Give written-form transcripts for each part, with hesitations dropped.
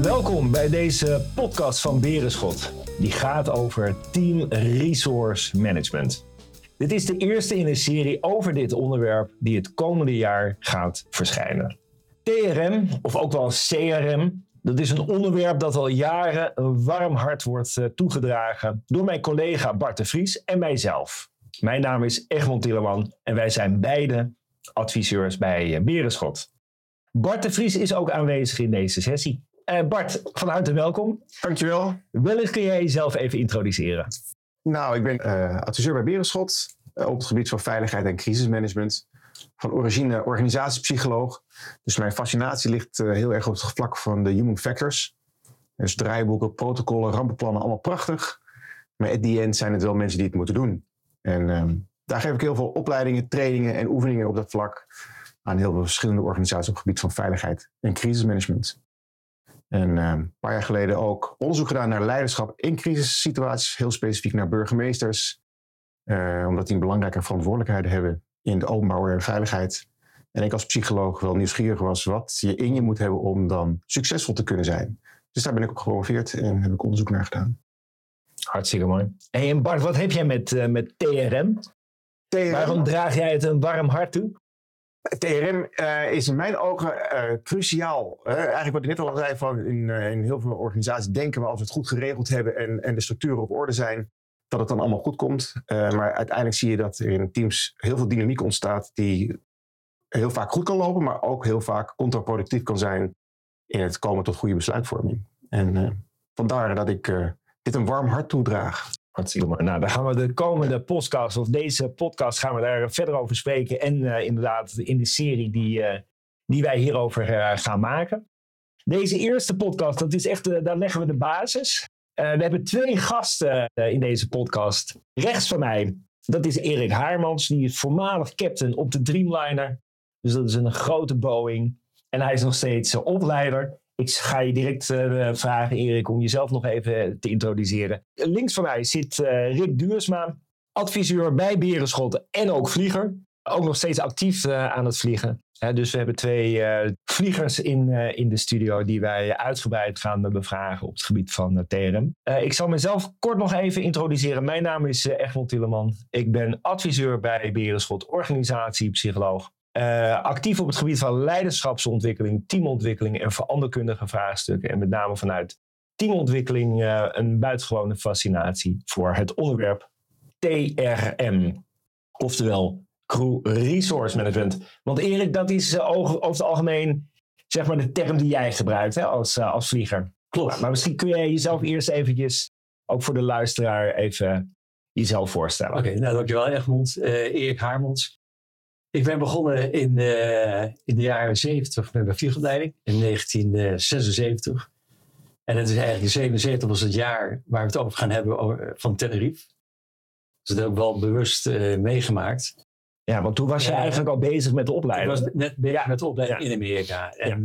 Welkom bij deze podcast van Berenschot. Die gaat over Team Resource Management. Dit is de eerste in een serie over dit onderwerp die het komende jaar gaat verschijnen. TRM, of ook wel CRM, dat is een onderwerp dat al jaren een warm hart wordt toegedragen door mijn collega Bart de Vries en mijzelf. Mijn naam is Egmond Tilleman en wij zijn beide adviseurs bij Berenschot. Bart de Vries is ook aanwezig in deze sessie. Bart, van harte welkom. Dankjewel. Wellicht kun jij jezelf even introduceren. Nou, ik ben adviseur bij Berenschot op het gebied van veiligheid en crisismanagement. Van origine organisatiepsycholoog. Dus mijn fascinatie ligt heel erg op het vlak van de human factors. Dus draaiboeken, protocollen, rampenplannen, allemaal prachtig. Maar at the end zijn het wel mensen die het moeten doen. En daar geef ik heel veel opleidingen, trainingen en oefeningen op dat vlak aan heel veel verschillende organisaties op het gebied van veiligheid en crisismanagement. En een paar jaar geleden ook onderzoek gedaan naar leiderschap in crisissituaties, heel specifiek naar burgemeesters, omdat die een belangrijke verantwoordelijkheid hebben in de openbare veiligheid. En ik als psycholoog wel nieuwsgierig was wat je in je moet hebben om dan succesvol te kunnen zijn. Dus daar ben ik op gepromoveerd en heb ik onderzoek naar gedaan. Hartstikke mooi. Hey, en Bart, wat heb jij met TRM? Waarom draag jij het een warm hart toe? TRM is in mijn ogen cruciaal. Eigenlijk wat ik net al zei, van in heel veel organisaties denken we als we het goed geregeld hebben en de structuren op orde zijn, dat het dan allemaal goed komt. Maar uiteindelijk zie je dat er in teams heel veel dynamiek ontstaat die heel vaak goed kan lopen, maar ook heel vaak contraproductief kan zijn in het komen tot goede besluitvorming. En vandaar dat ik dit een warm hart toedraag. Hartstikke mooi. Nou, dan gaan we de komende podcast, of deze podcast, gaan we daar verder over spreken. En inderdaad in de serie die wij hierover gaan maken. Deze eerste podcast, dat is echt, daar leggen we de basis. We hebben 2 gasten in deze podcast. Rechts van mij, dat is Erik Haarmans. Die is voormalig captain op de Dreamliner. Dus dat is een grote Boeing. En hij is nog steeds opleider. Ik ga je direct vragen, Erik, om jezelf nog even te introduceren. Links van mij zit Rick Duursma, adviseur bij Berenschot en ook vlieger. Ook nog steeds actief aan het vliegen. Dus we hebben 2 vliegers in de studio die wij uitgebreid gaan bevragen op het gebied van TRM. Ik zal mezelf kort nog even introduceren. Mijn naam is Egmond Tilleman. Ik ben adviseur bij Berenschot, organisatiepsycholoog. Actief op het gebied van leiderschapsontwikkeling, teamontwikkeling en veranderkundige vraagstukken. En met name vanuit teamontwikkeling een buitengewone fascinatie voor het onderwerp TRM. Oftewel Crew Resource Management. Want Erik, dat is over het algemeen zeg maar de term die jij gebruikt als vlieger. Klopt. Maar misschien kun jij jezelf eerst eventjes, ook voor de luisteraar, even jezelf voorstellen. Oké, nou dankjewel Egmond. Erik Haarmans. Ik ben begonnen in de jaren 70 met mijn vliegopleiding in 1976. En het is eigenlijk 77 was het jaar waar we het over gaan hebben van Tenerife. Dus dat heb ik wel bewust meegemaakt. Ja, want toen was je eigenlijk al bezig met de opleiding. Ik was net bezig met de opleiding in Amerika. En,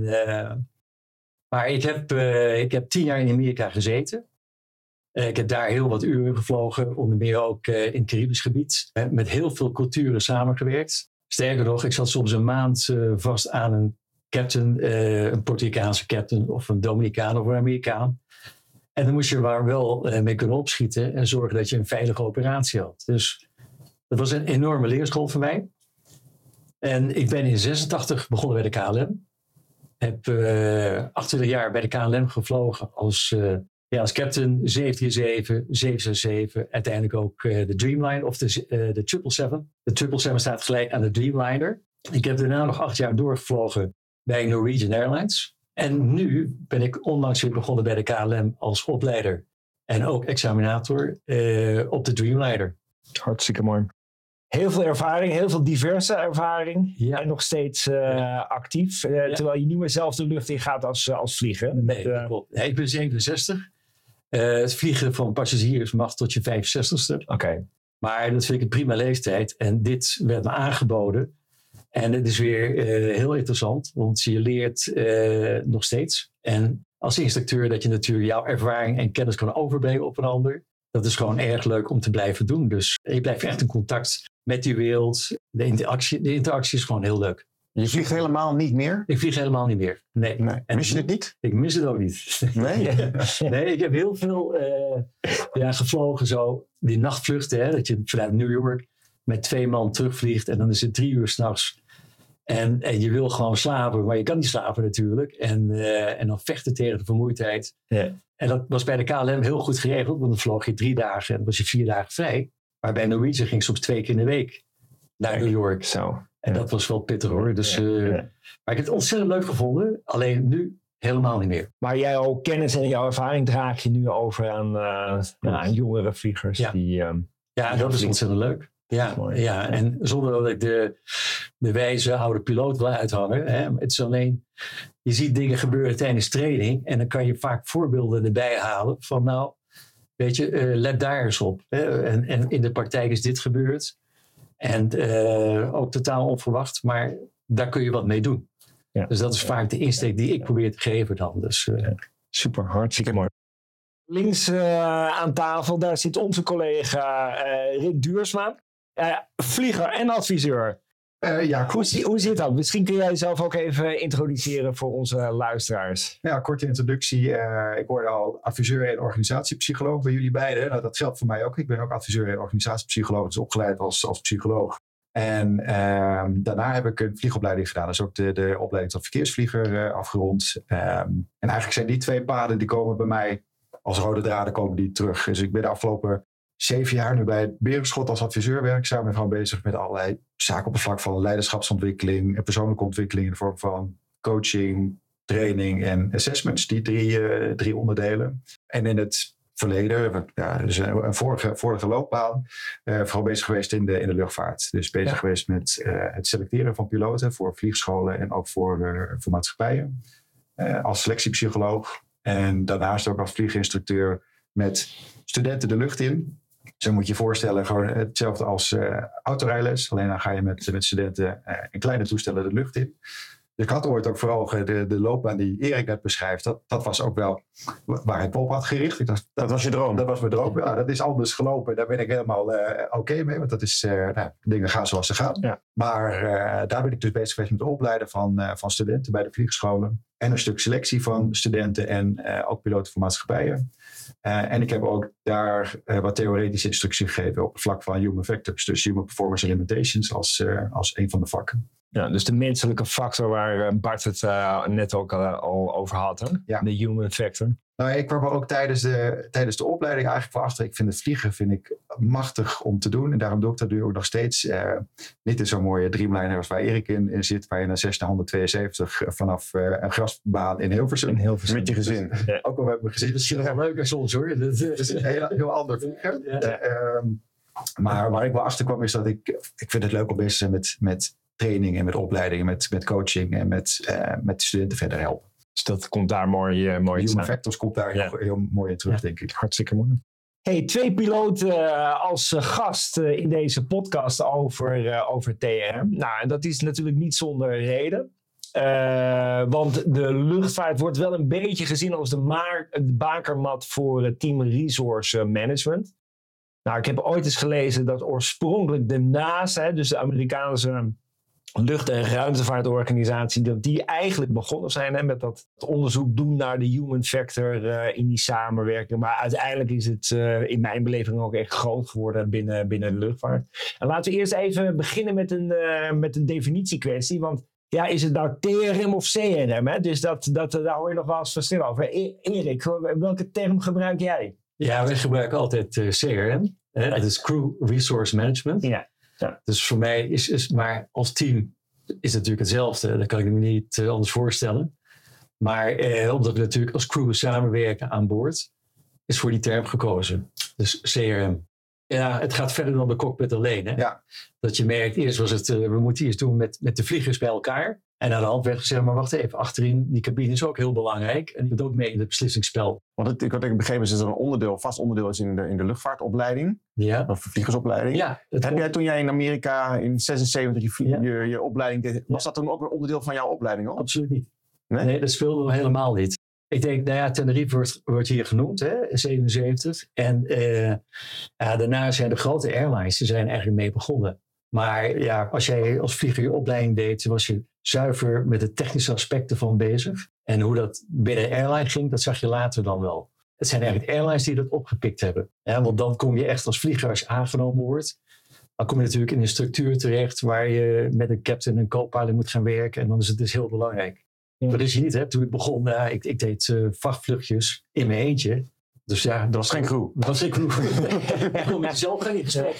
maar ik heb 10 jaar in Amerika gezeten. Ik heb daar heel wat uren gevlogen, onder meer ook in het Caribisch gebied. Met heel veel culturen samengewerkt. Sterker nog, ik zat soms een maand vast aan een captain, een Puerto Ricaanse captain of een Dominicaan of een Amerikaan. En dan moest je er wel mee kunnen opschieten en zorgen dat je een veilige operatie had. Dus dat was een enorme leerschool voor mij. En ik ben in 86 begonnen bij de KLM. Heb 28 jaar bij de KLM gevlogen als captain, 737, 767, uiteindelijk ook de Dreamliner of de 777. De 777 staat gelijk aan de Dreamliner. Ik heb daarna nog 8 jaar doorgevlogen bij Norwegian Airlines. En nu ben ik onlangs weer begonnen bij de KLM als opleider en ook examinator op de Dreamliner. Hartstikke mooi. Heel veel ervaring, heel veel diverse ervaring. Ja. En nog steeds actief. Terwijl je niet meer zelf de lucht in gaat als vliegen. Nee, klopt. Nee, ik ben 67. Het vliegen van passagiers mag tot je 65ste. Oké. Maar dat vind ik een prima leeftijd. En dit werd me aangeboden. En het is weer heel interessant. Want je leert nog steeds. En als instructeur dat je natuurlijk jouw ervaring en kennis kan overbrengen op een ander. Dat is gewoon erg leuk om te blijven doen. Dus je blijft echt in contact met die wereld. De interactie is gewoon heel leuk. Je vliegt helemaal niet meer? Ik vlieg helemaal niet meer. Nee. Mis je het niet? Ik mis het ook niet. Nee? Nee, ik heb heel veel gevlogen zo. Die nachtvluchten, hè, dat je vanuit New York met 2 man terugvliegt. En dan is het 3 uur 's nachts. En je wil gewoon slapen, maar je kan niet slapen natuurlijk. En dan vechten tegen de vermoeidheid. Ja. En dat was bij de KLM heel goed geregeld. Want dan vloog je 3 dagen en dan was je 4 dagen vrij. Maar bij Norwegian ging soms 2 keer in de week naar New York. Zo. En dat was wel pittig hoor. Dus, maar ik heb het ontzettend leuk gevonden. Alleen nu helemaal niet meer. Maar jouw kennis en jouw ervaring draag je nu over aan jongere vliegers. Ja, die, dat is ontzettend leuk. Ja, en zonder dat ik de wijze oude piloot wil uithangen. Hè. Het is alleen, je ziet dingen gebeuren tijdens training. En dan kan je vaak voorbeelden erbij halen. Van nou, weet je, let daar eens op. Hè. En in de praktijk is dit gebeurd. En ook totaal onverwacht. Maar daar kun je wat mee doen. Ja. Dus dat is vaak de insteek die ik probeer te geven dan. Dus, super, hartstikke mooi. Links aan tafel, daar zit onze collega Rick Duursma. Vlieger en adviseur. Hoe zit dat? Misschien kun jij jezelf ook even introduceren voor onze luisteraars. Ja, korte introductie. Ik hoorde al adviseur en organisatiepsycholoog bij jullie beiden. Nou, dat geldt voor mij ook. Ik ben ook adviseur en organisatiepsycholoog. Dus opgeleid als psycholoog. En daarna heb ik een vliegopleiding gedaan. Dus ook de opleiding tot verkeersvlieger afgerond. En eigenlijk zijn die 2 paden die komen bij mij als rode draden komen die terug. Dus ik ben de afgelopen 7 jaar nu bij Berenschot als adviseur werkzaam. En gewoon bezig met allerlei zaken op het vlak van leiderschapsontwikkeling en persoonlijke ontwikkeling in de vorm van coaching, training en assessments. Die 3 onderdelen. En in het verleden, dus een vorige loopbaan, vooral bezig geweest in de luchtvaart. Dus bezig geweest met het selecteren van piloten voor vliegscholen en ook voor maatschappijen. Als selectiepsycholoog. En daarnaast ook als vlieginstructeur met studenten de lucht in. Zo moet je je voorstellen, gewoon hetzelfde als autorijles. Alleen dan ga je met studenten in kleine toestellen de lucht in. Dus ik had ooit ook vooral de loopbaan die Erik net beschrijft. Dat was ook wel waar ik op had gericht. Ik dacht, dat was je droom? Dat was mijn droom. Ja, dat is anders gelopen. Daar ben ik helemaal oké mee. Want dat is, dingen gaan zoals ze gaan. Ja. Maar daar ben ik dus bezig geweest met het opleiden van studenten bij de vliegscholen. En een stuk selectie van studenten en ook piloten voor maatschappijen. En ik heb ook daar wat theoretische instructie gegeven op het vlak van human factors. Dus human performance and limitations als een van de vakken. Ja, dus de menselijke factor waar Bart het net ook al over had. Hè? Ja. De human factor. Nou, ik kwam er ook tijdens de opleiding eigenlijk voor achter. Ik vind het vliegen machtig om te doen. En daarom doe ik dat nu ook nog steeds. Niet in zo'n mooie Dreamliner als waar Erik in zit. Waar je naar 172 vanaf een grasbaan in Hilversum. Met je gezin. Dus, ook al met mijn gezin. Misschien nog wel leuker soms hoor. Dat is een heel ander vliegen. Ja. Maar waar ik wel achter kwam is dat ik vind het leuk om bezig te zijn met training en met opleidingen, met coaching en met studenten verder helpen. Dus dat komt daar mooi Human Factors komt daar heel mooi in terug, denk ik. Hartstikke mooi. Hey, 2 piloten als gast in deze podcast over TRM. Nou, en dat is natuurlijk niet zonder reden. Want de luchtvaart wordt wel een beetje gezien als de bakermat voor Team Resource Management. Nou, ik heb ooit eens gelezen dat oorspronkelijk de NASA, dus de Amerikaanse lucht- en ruimtevaartorganisatie, dat die eigenlijk begonnen zijn met dat onderzoek doen naar de human factor in die samenwerking. Maar uiteindelijk is het in mijn beleving ook echt groot geworden binnen de luchtvaart. En laten we eerst even beginnen met een definitiekwestie. Want ja, is het nou TRM of CRM? Hè? Dus daar hoor je nog wel eens verschil over. Erik, welke term gebruik jij? Ja, wij gebruiken altijd CRM. Dat is Crew Resource Management. Ja. Ja. Dus voor mij is maar als team is het natuurlijk hetzelfde. Dat kan ik me niet anders voorstellen. Maar omdat we natuurlijk als crew samenwerken aan boord, is voor die term gekozen. Dus CRM. Ja, het gaat verder dan de cockpit alleen. Hè? Ja. Dat je merkt, eerst was het, we moeten iets doen met de vliegers bij elkaar. En aan de hand werd gezegd, maar wacht even, achterin die cabine is ook heel belangrijk. En die doet ook mee in het beslissingsspel. Want wat ik begrepen is dat er een vast onderdeel is in de luchtvaartopleiding. Ja. Of vliegersopleiding. Ja, heb jij toen jij in Amerika in 76 je opleiding deed, was dat toen ook een onderdeel van jouw opleiding? Hoor? Absoluut niet. Nee, dat speelde we helemaal niet. Ik denk, nou ja, Tenerife wordt hier genoemd, hè, 77. En daarna zijn de grote airlines, die zijn eigenlijk mee begonnen. Maar ja, als jij als vlieger je opleiding deed, was je zuiver met de technische aspecten van bezig. En hoe dat binnen de airline ging, dat zag je later dan wel. Het zijn eigenlijk airlines die dat opgepikt hebben. Ja, want dan kom je echt als vlieger, als je aangenomen wordt, dan kom je natuurlijk in een structuur terecht waar je met een captain en co-pilot moet gaan werken. En dan is het dus heel belangrijk. Ja. Maar dus je niet hebt, toen ik begon, ik deed vrachtvluchtjes in mijn eentje. Dus ja, dat was geen crew. Dat was geen crew. Ik kon met jezelf gaan in gesprek.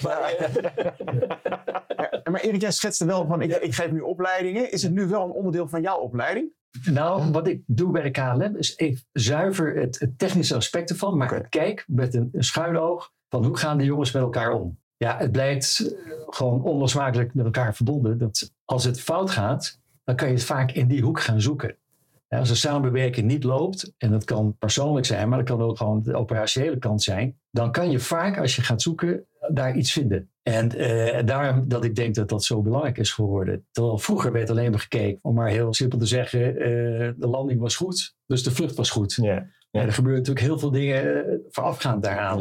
Maar Erik, jij schetste wel van, ik geef nu opleidingen. Is het nu wel een onderdeel van jouw opleiding? Nou, wat ik doe bij de KLM is even zuiver het technische aspect ervan. Maar ik kijk met een schuin oog van hoe gaan de jongens met elkaar om. Ja, het blijkt gewoon onlosmakelijk met elkaar verbonden. Dat als het fout gaat, dan kan je het vaak in die hoek gaan zoeken. Ja, als de samenwerking niet loopt, en dat kan persoonlijk zijn, maar dat kan ook gewoon de operationele kant zijn, dan kan je vaak, als je gaat zoeken, daar iets vinden. En daarom dat ik denk dat dat zo belangrijk is geworden. Terwijl vroeger werd alleen maar gekeken, om maar heel simpel te zeggen, de landing was goed, dus de vlucht was goed. Ja. Ja, er gebeuren natuurlijk heel veel dingen voorafgaand daaraan.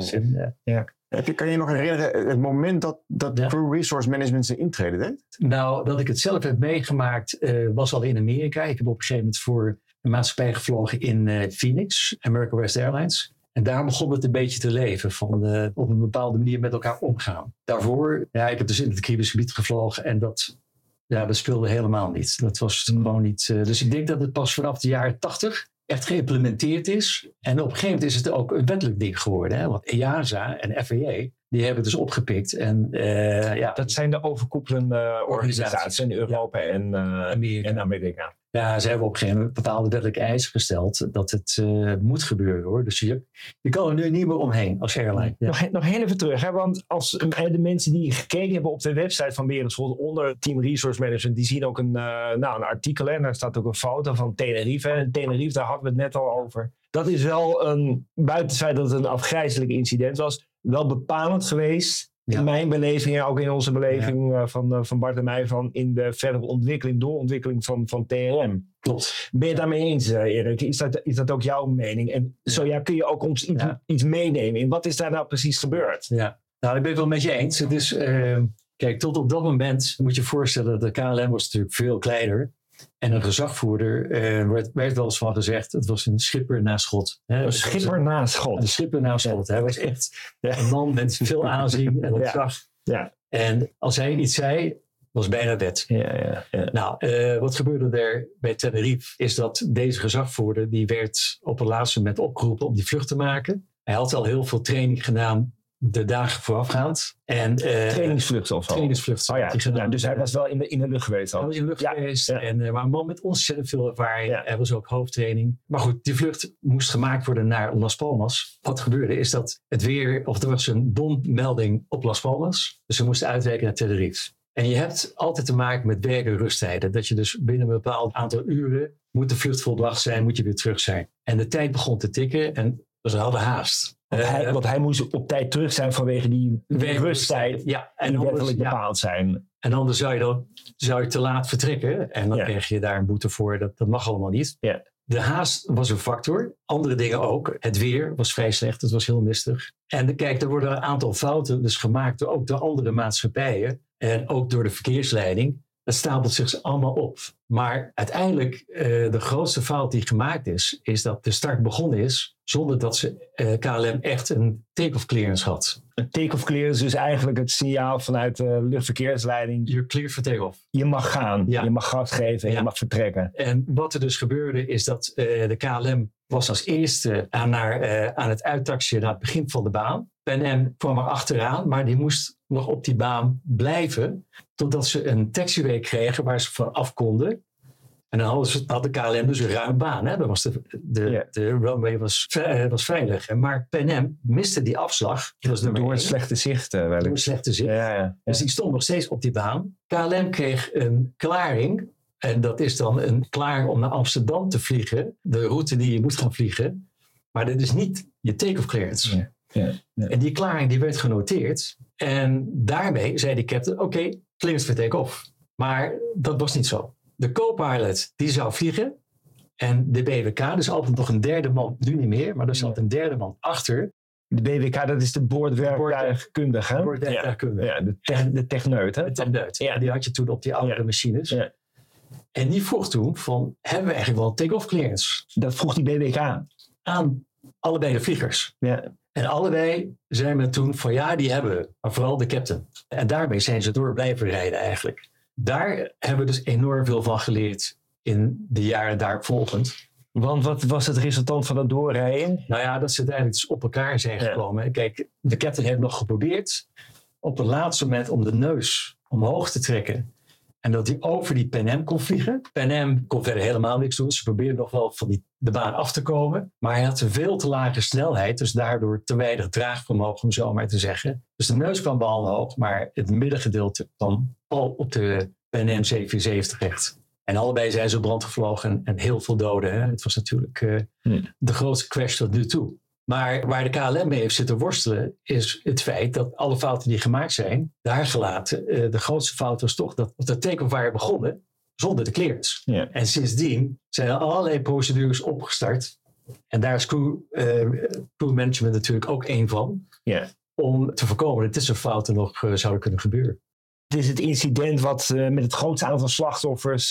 Kan je je nog herinneren het moment dat Crew Resource Management zijn intrede deed? Nou, dat ik het zelf heb meegemaakt was al in Amerika. Ik heb op een gegeven moment voor een maatschappij gevlogen in Phoenix, American West Airlines. En daar begon het een beetje te leven, van op een bepaalde manier met elkaar omgaan. Daarvoor, ik heb dus in het Caribisch gebied gevlogen en dat speelde helemaal niet. Dat was gewoon niet. Dus ik denk dat het pas vanaf de jaren 80 echt geïmplementeerd is. En op een gegeven moment is het ook een wettelijk ding geworden. Hè? Want EASA en FAA, die hebben het dus opgepikt. En, dat zijn de overkoepelende organisaties in Europa en Amerika. Ja, ze hebben op een gegeven moment bepaalde wettelijke eisen gesteld dat het moet gebeuren, hoor. Dus je kan er nu niet meer omheen als airline. Ja. Nog heel even terug, hè? Want als de mensen die gekeken hebben op de website van Berenschot onder Team Resource Management, die zien ook een artikel, hè? En daar staat ook een foto van Tenerife. En Tenerife, daar hadden we het net al over. Dat is wel buiten het feit dat het een afgrijzelijk incident was, wel bepalend geweest. In mijn beleving en ook in onze beleving van Bart en mij, van in de verdere doorontwikkeling van TRM. Klopt. Ben je het daarmee eens, Erik? Is dat ook jouw mening? En kun je ook ons iets meenemen in wat is daar nou precies gebeurd? Ja, nou, ik ben het wel met je eens. Het is, kijk, tot op dat moment moet je je voorstellen, de KLM was natuurlijk veel kleiner. En een gezagvoerder, werd wel eens van gezegd, het was een schipper na schot. Een schipper na schot. Een schipper na schot. Hij was echt een man met veel aanzien en ontzag. Ja. En als hij iets zei, was bijna wet. Ja. Nou, wat gebeurde er bij Tenerife is dat deze gezagvoerder, die werd op het laatste moment opgeroepen om die vlucht te maken. Hij had al heel veel training gedaan de dagen voorafgaand. Trainingsvlucht of zo? Trainingsvlucht. Dus hij was wel in de lucht geweest al. Hij was in de lucht geweest. Ja. En maar een man met ontzettend veel ervaring. Ja. Hij was ook hoofdtraining. Maar goed, die vlucht moest gemaakt worden naar Las Palmas. Wat gebeurde is dat er was een bommelding op Las Palmas. Dus ze moesten uitwijken naar Tenerife. En je hebt altijd te maken met werk- en rusttijden. Dat je dus binnen een bepaald aantal uren moet de vlucht volbracht zijn, moet je weer terug zijn. En de tijd begon te tikken en ze hadden haast. Want hij moest op tijd terug zijn vanwege die rusttijd. Ja, en die wettelijk bepaald zijn. En anders zou je te laat vertrekken. En dan kreeg je daar een boete voor. Dat mag allemaal niet. Ja. De haast was een factor. Andere dingen ook. Het weer was vrij slecht. Het was heel mistig. En kijk, er worden een aantal fouten dus gemaakt door ook de andere maatschappijen. En ook door de verkeersleiding. Dat stapelt zich allemaal op. Maar uiteindelijk, de grootste fout die gemaakt is dat de start begonnen is zonder dat ze KLM echt een take-off clearance had. Een take-off clearance is dus eigenlijk het signaal vanuit de luchtverkeersleiding. You're clear for take-off. Je mag gaan, je mag gas geven en je mag vertrekken. En wat er dus gebeurde is dat de KLM was als eerste aan het uittaxiën naar het begin van de baan. Pan Am kwam er achteraan, maar die moest nog op die baan blijven totdat ze een taxiway kregen waar ze van af konden. En dan had de KLM dus een ruime baan. Hè? Dan was de runway was veilig. Maar Pan Am miste die afslag. Door het slechte zicht. Door het slechte zicht. Ja. Dus die stond nog steeds op die baan. KLM kreeg een klaring. En dat is dan een klaring om naar Amsterdam te vliegen. De route die je moet gaan vliegen. Maar dat is niet je take-off clearance. Ja. En die klaring die werd genoteerd. En daarmee zei die captain, oké, clearance for take-off. Maar dat was niet zo. De co-pilot die zou vliegen. En de BWK, dus altijd nog een derde man, nu niet meer. Maar er zat een derde man achter. De BWK, dat is de boordwerktuigkundige. Boordwerktuigkundige. Ja, de techneut. Hè? De techneut. Ja, die had je toen op die oudere machines. Ja. En die vroeg toen van, hebben we eigenlijk wel een take-off clearance? Dat vroeg die BWK. Aan allebei de vliegers. Ja. En allebei zei men toen van ja, die hebben we. Maar vooral de captain. En daarmee zijn ze door blijven rijden eigenlijk. Daar hebben we dus enorm veel van geleerd in de jaren daaropvolgend. Want wat was het resultaat van dat doorrijden? Nou ja, dat ze uiteindelijk dus op elkaar zijn gekomen. Ja. Kijk, de captain heeft nog geprobeerd op het laatste moment om de neus omhoog te trekken. En dat hij over die Pan Am kon vliegen. Pan Am kon verder helemaal niks doen. Ze probeerden nog wel van de baan af te komen. Maar hij had een veel te lage snelheid. Dus daardoor te weinig draagvermogen, om zo maar te zeggen. Dus de neus kwam wel omhoog. Maar het middengedeelte kwam al op de Pan Am 747 terecht. En allebei zijn ze brand gevlogen en heel veel doden. Hè. Het was natuurlijk de grootste crash tot nu toe. Maar waar de KLM mee heeft zitten worstelen is het feit dat alle fouten die gemaakt zijn, daar gelaten. De grootste fout was toch dat de take-off waren begonnen zonder de clearance. Ja. En sindsdien zijn er allerlei procedures opgestart. En daar is crew management natuurlijk ook één van. Ja. Om te voorkomen dat dit soort fouten nog zouden kunnen gebeuren. Het is het incident wat met het grootste aantal slachtoffers,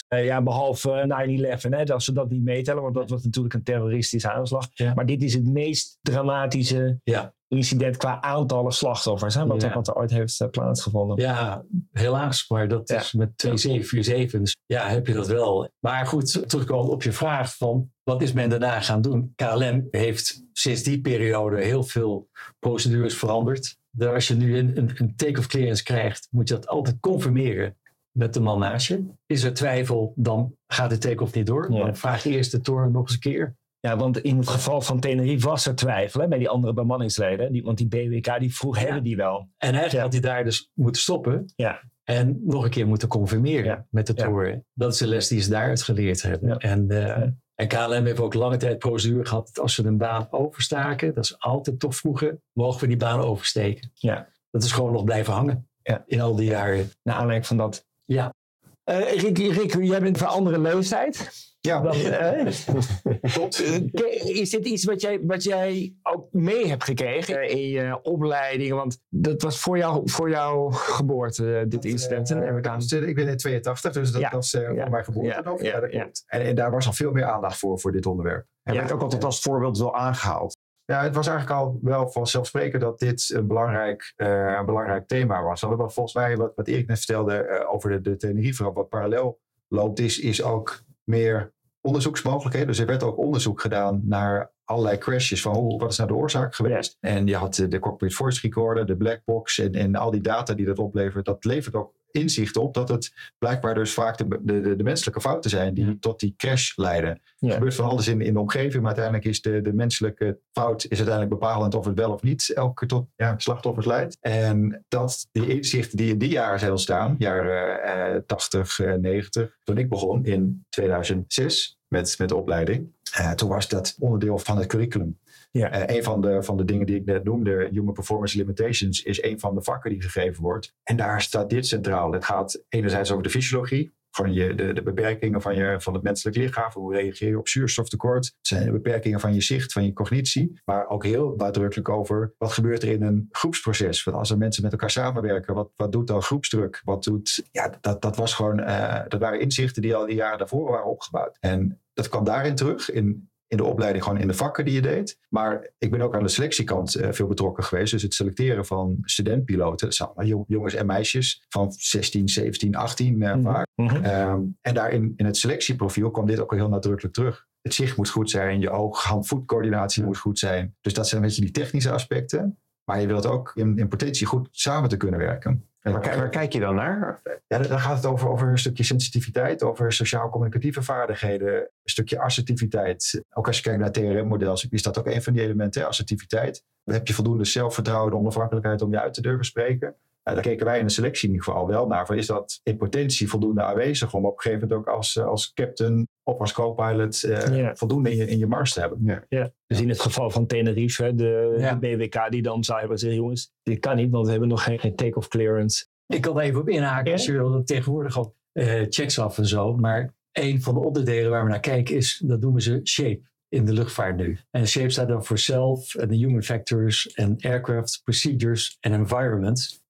behalve 9/11, als we dat niet meetellen, want dat was natuurlijk een terroristische aanslag. Ja. Maar dit is het meest dramatische incident qua aantallen slachtoffers, wat er ooit heeft plaatsgevonden. Ja, helaas, maar dat is met 2 747's. Ja, heb je dat wel. Maar goed, terugkomen op je vraag van wat is men daarna gaan doen? KLM heeft sinds die periode heel veel procedures veranderd. Als je nu een take-off clearance krijgt, moet je dat altijd confirmeren met de man naast je. Is er twijfel, dan gaat de take-off niet door. Ja. Dan vraag je eerst de toren nog eens een keer. Ja, want in het geval van Tenerife was er twijfel bij die andere bemanningsleden. Want die BWK die vroeg, hebben die wel? En eigenlijk had hij daar dus moeten stoppen. Ja. En nog een keer moeten confirmeren met de toren. Ja. Dat is de les die ze daaruit geleerd hebben. Ja. En KLM heeft ook lange tijd procedure gehad dat als ze een baan overstaken, dat ze altijd toch vroegen, mogen we die baan oversteken. Ja. Dat is gewoon nog blijven hangen in al die jaren. Naar aanleiding van dat. Ja. Rick, jij bent van andere leeftijd. Ja. Klopt. Is dit iets wat jij ook mee hebt gekregen in je opleiding? Want dat was voor jouw geboorte, dit incident. Ik ben in 82, dus dat was voor mijn geboorte. Ja. En daar was al veel meer aandacht voor dit onderwerp. En werd ook altijd als voorbeeld wel aangehaald. Ja, het was eigenlijk al wel vanzelfsprekend dat dit een belangrijk thema was. We hebben volgens mij, wat Erik net vertelde over de Tenerife, wat parallel loopt, is ook meer onderzoeksmogelijkheden. Dus er werd ook onderzoek gedaan naar allerlei crashes van wat is nou de oorzaak geweest. Ja. En je had de cockpit voice recorder, de black box en al die data die dat oplevert. Dat levert ook inzicht op dat het blijkbaar dus vaak de menselijke fouten zijn die tot die crash leiden. Er gebeurt van alles in de omgeving, maar uiteindelijk is de menselijke fout is uiteindelijk bepalend of het wel of niet elke keer tot slachtoffers leidt. En die inzichten die in die jaren zijn ontstaan, jaren 80, 90, toen ik begon in 2006 met de opleiding, toen was dat onderdeel van het curriculum. Ja. Een van de dingen die ik net noemde, Human Performance Limitations, is een van de vakken die gegeven wordt. En daar staat dit centraal. Het gaat enerzijds over de fysiologie, gewoon de beperkingen van het menselijk lichaam. Hoe reageer je op zuurstoftekort? Het zijn de beperkingen van je zicht, van je cognitie. Maar ook heel nadrukkelijk over wat gebeurt er in een groepsproces. Want als er mensen met elkaar samenwerken, wat doet dan groepsdruk? Dat was gewoon, dat waren inzichten die al die jaren daarvoor waren opgebouwd. En dat kwam daarin terug in de opleiding, gewoon in de vakken die je deed. Maar ik ben ook aan de selectiekant veel betrokken geweest. Dus het selecteren van studentpiloten. Dat zijn allemaal jongens en meisjes van 16, 17, 18 vaak. Mm-hmm. En daarin in het selectieprofiel kwam dit ook heel nadrukkelijk terug. Het zicht moet goed zijn, je oog-hand-voetcoördinatie moet goed zijn. Dus dat zijn een beetje die technische aspecten. Maar je wilt ook in potentie goed samen te kunnen werken. Waar kijk je dan naar? Ja, dan gaat het over een stukje sensitiviteit, over sociaal-communicatieve vaardigheden, een stukje assertiviteit. Ook als je kijkt naar het TRM-model, is dat ook een van die elementen, assertiviteit. Dan heb je voldoende zelfvertrouwen, de onafhankelijkheid om je uit te durven spreken. Daar keken wij in de selectie in ieder geval wel naar. Is dat in potentie voldoende aanwezig om op een gegeven moment ook als captain of als co-pilot voldoende in je mars te hebben? Ja. Dus in het geval van Tenerife, de BWK die dan zou hebben gezegd, jongens, dit kan niet, want we hebben nog geen take-off clearance. Ik kan er even op inhaken als je wil, tegenwoordig al checks af en zo. Maar een van de onderdelen waar we naar kijken is, dat noemen ze SHAPE in de luchtvaart nu. En SHAPE staat dan voor Self, en de Human Factors, en Aircraft, Procedures en Environment.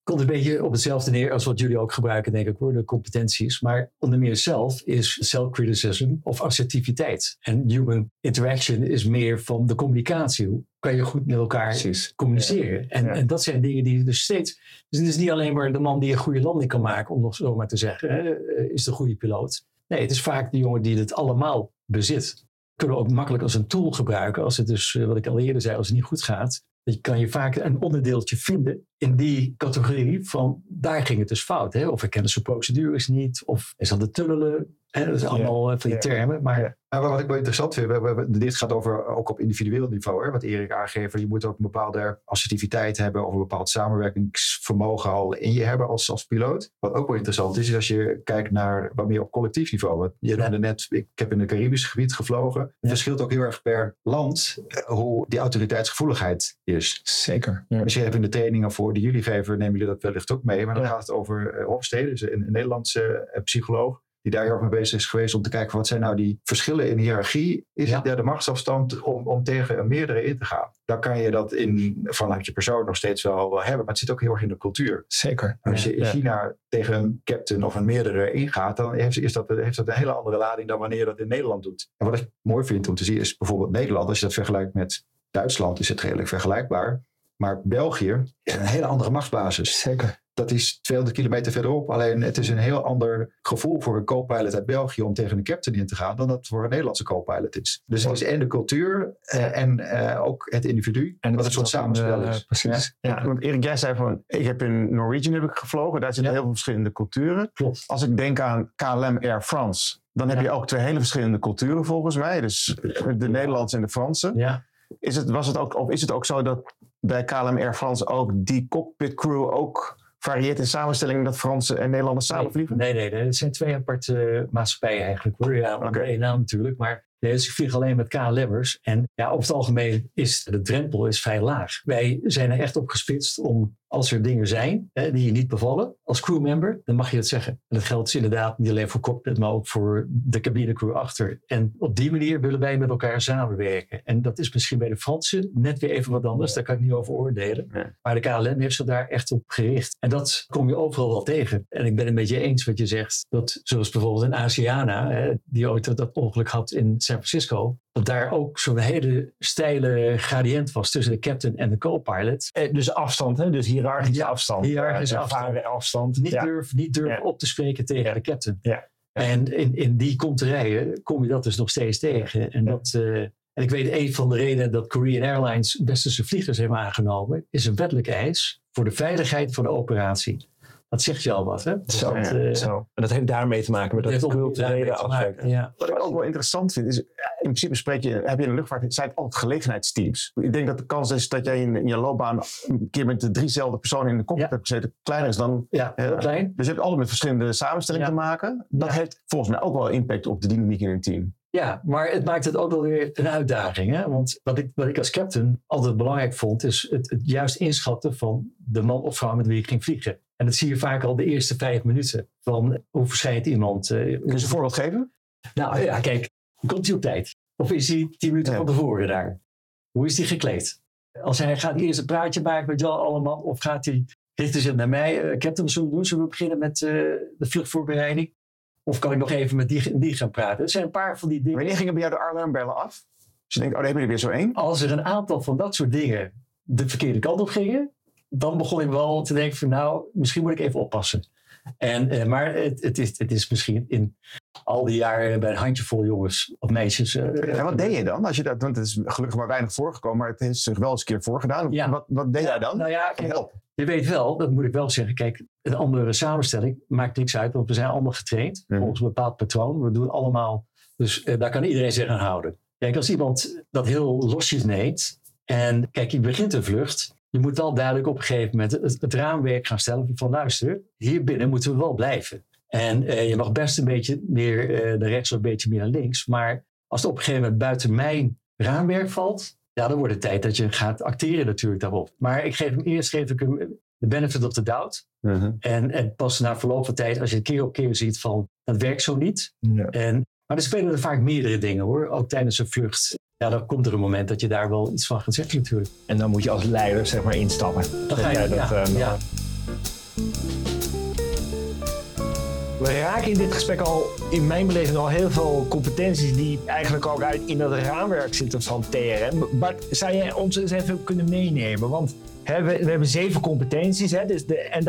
komt een beetje op hetzelfde neer als wat jullie ook gebruiken, denk ik hoor, de competenties. Maar onder meer zelf is self-criticism of assertiviteit. En human interaction is meer van de communicatie. Hoe kan je goed met elkaar communiceren? Ja. En dat zijn dingen die dus steeds... Dus het is niet alleen maar de man die een goede landing kan maken, om nog zo maar te zeggen, is de goede piloot. Nee, het is vaak de jongen die het allemaal bezit. Kunnen we ook makkelijk als een tool gebruiken. Als het dus, wat ik al eerder zei, als het niet goed gaat, dan kan je vaak een onderdeeltje vinden in die categorie van daar ging het dus fout. Hè? Of we kennen zijn procedures niet, of is dat de tunnelen. Hè? Dat is allemaal van die termen. Maar wat ik wel interessant vind, dit gaat over ook op individueel niveau. Hè? Wat Erik aangeeft, je moet ook een bepaalde assertiviteit hebben of een bepaald samenwerkingsvermogen al in je hebben als piloot. Wat ook wel interessant is als je kijkt naar wat meer op collectief niveau. Want je noemde net, ik heb in het Caribisch gebied gevlogen. Het verschilt ook heel erg per land hoe die autoriteitsgevoeligheid is. Zeker. Ja. Dus je hebt in de trainingen voor die jullie geven, nemen jullie dat wellicht ook mee. Maar dan gaat het over Hofstede, dus een Nederlandse psycholoog, die daar heel erg mee bezig is geweest om te kijken wat zijn nou die verschillen in hiërarchie. Is het de machtsafstand om tegen een meerdere in te gaan? Dan kan je dat vanuit je persoon nog steeds wel hebben, maar het zit ook heel erg in de cultuur. Zeker. Als je in China tegen een captain of een meerdere ingaat, dan heeft dat een hele andere lading dan wanneer je dat in Nederland doet. En wat ik mooi vind om te zien is bijvoorbeeld Nederland, als je dat vergelijkt met Duitsland, is het redelijk vergelijkbaar. Maar België is een hele andere machtsbasis. Zeker. Dat is 200 kilometer verderop. Alleen het is een heel ander gevoel voor een co-pilot uit België om tegen een captain in te gaan dan dat voor een Nederlandse co-pilot is. Dus het is en de cultuur en ook het individu. En wat een soort samenspel is. Precies. Ja. Want Erik, jij zei van, ik heb in Norwegian gevlogen. Daar zitten heel veel verschillende culturen. Klopt. Als ik denk aan KLM Air France, dan heb je ook 2 hele verschillende culturen volgens mij. Dus de Nederlandse en de Franse. Ja. Is het ook zo dat bij KLM Air France ook die cockpit crew ook varieert in samenstelling dat Fransen en Nederlanders samenvliegen? Nee. Het zijn 2 aparte maatschappijen eigenlijk hoor. Ja, onder één naam natuurlijk. Maar dus ik vlieg alleen met KLM'ers. En over het algemeen is de drempel vrij laag. Wij zijn er echt op gespitst om, als er dingen zijn die je niet bevallen als crewmember, dan mag je het zeggen. En dat geldt dus inderdaad niet alleen voor cockpit, maar ook voor de cabinecrew achter. En op die manier willen wij met elkaar samenwerken. En dat is misschien bij de Fransen net weer even wat anders. Daar kan ik niet over oordelen. Nee. Maar de KLM heeft zich daar echt op gericht. En dat kom je overal wel tegen. En ik ben het met je eens wat je zegt. Dat zoals bijvoorbeeld in Asiana, die ooit dat ongeluk had in San Francisco, dat daar ook zo'n hele steile gradient was tussen de captain en de co-pilot. Dus afstand, hè? Dus hiërarchische afstand. Hiërarchische afstand. Niet durven op te spreken tegen de captain. Ja. En in die konterijen kom je dat dus nog steeds tegen. En, en ik weet, een van de redenen dat Korean Airlines westerse vliegers heeft aangenomen, is een wettelijke eis voor de veiligheid van de operatie. Dat zegt je al wat, hè? Zo. En dat heeft daarmee te maken met dat culturele aspect. Ja. Wat ik ook wel interessant vind, is in principe heb je in de luchtvaart, zijn het altijd gelegenheidsteams. Ik denk dat de kans is dat jij in je loopbaan een keer met de 3zelfde personen in de cockpit hebt gezeten, kleiner is dan... klein. Dus je hebt altijd met verschillende samenstellingen te maken. Dat heeft volgens mij ook wel impact op de dynamiek in een team. Ja, maar het maakt het ook wel weer een uitdaging. Hè? Want wat ik als captain altijd belangrijk vond, is het juist inschatten van de man of vrouw met wie ik ging vliegen. En dat zie je vaak al de eerste 5 minuten. Van hoe verschijnt iemand. Kun je een voorbeeld geven? Nou ja, kijk. Komt hij op tijd? Of is hij 10 minuten van tevoren daar? Hoe is hij gekleed? Als hij gaat eerst een praatje maken met jou allemaal. Of gaat hij richten zich naar mij. Captain, zullen we beginnen met de vluchtvoorbereiding? Of kan ik nog even met die gaan praten? Er zijn een paar van die dingen. Wanneer gingen bij jou de alarmbellen af? Dus je denkt, daar heb je er weer zo één. Als er een aantal van dat soort dingen de verkeerde kant op gingen, dan begon ik wel te denken van nou, misschien moet ik even oppassen. Maar het is misschien in al die jaren bij een handjevol jongens of meisjes. En wat deed je dan? Want het is gelukkig maar weinig voorgekomen, maar het is zich wel eens een keer voorgedaan. Ja. Wat deed jij dan? Nou ja, kijk, je weet wel, dat moet ik wel zeggen. Kijk, een andere samenstelling maakt niks uit, want we zijn allemaal getraind volgens een bepaald patroon. We doen allemaal, dus daar kan iedereen zich aan houden. Kijk, als iemand dat heel losjes neemt en kijk, je begint een vlucht. Je moet wel duidelijk op een gegeven moment het raamwerk gaan stellen van luister, hier binnen moeten we wel blijven. En je mag best een beetje meer naar rechts of een beetje meer naar links. Maar als het op een gegeven moment buiten mijn raamwerk valt, ja, dan wordt het tijd dat je gaat acteren natuurlijk daarop. Maar ik geef hem de benefit of the doubt. Uh-huh. En pas na verloop van tijd, als je keer op keer ziet van dat werkt zo niet. Ja. Maar er spelen er vaak meerdere dingen hoor, ook tijdens een vlucht. Ja, dan komt er een moment dat je daar wel iets van gaat zeggen natuurlijk. En dan moet je als leider zeg maar instappen. Dan ga je, We raken in dit gesprek al, in mijn beleving, al heel veel competenties die eigenlijk ook in dat raamwerk zitten van TRM. Bart, zou jij ons eens even kunnen meenemen? Want we hebben 7 competenties, dus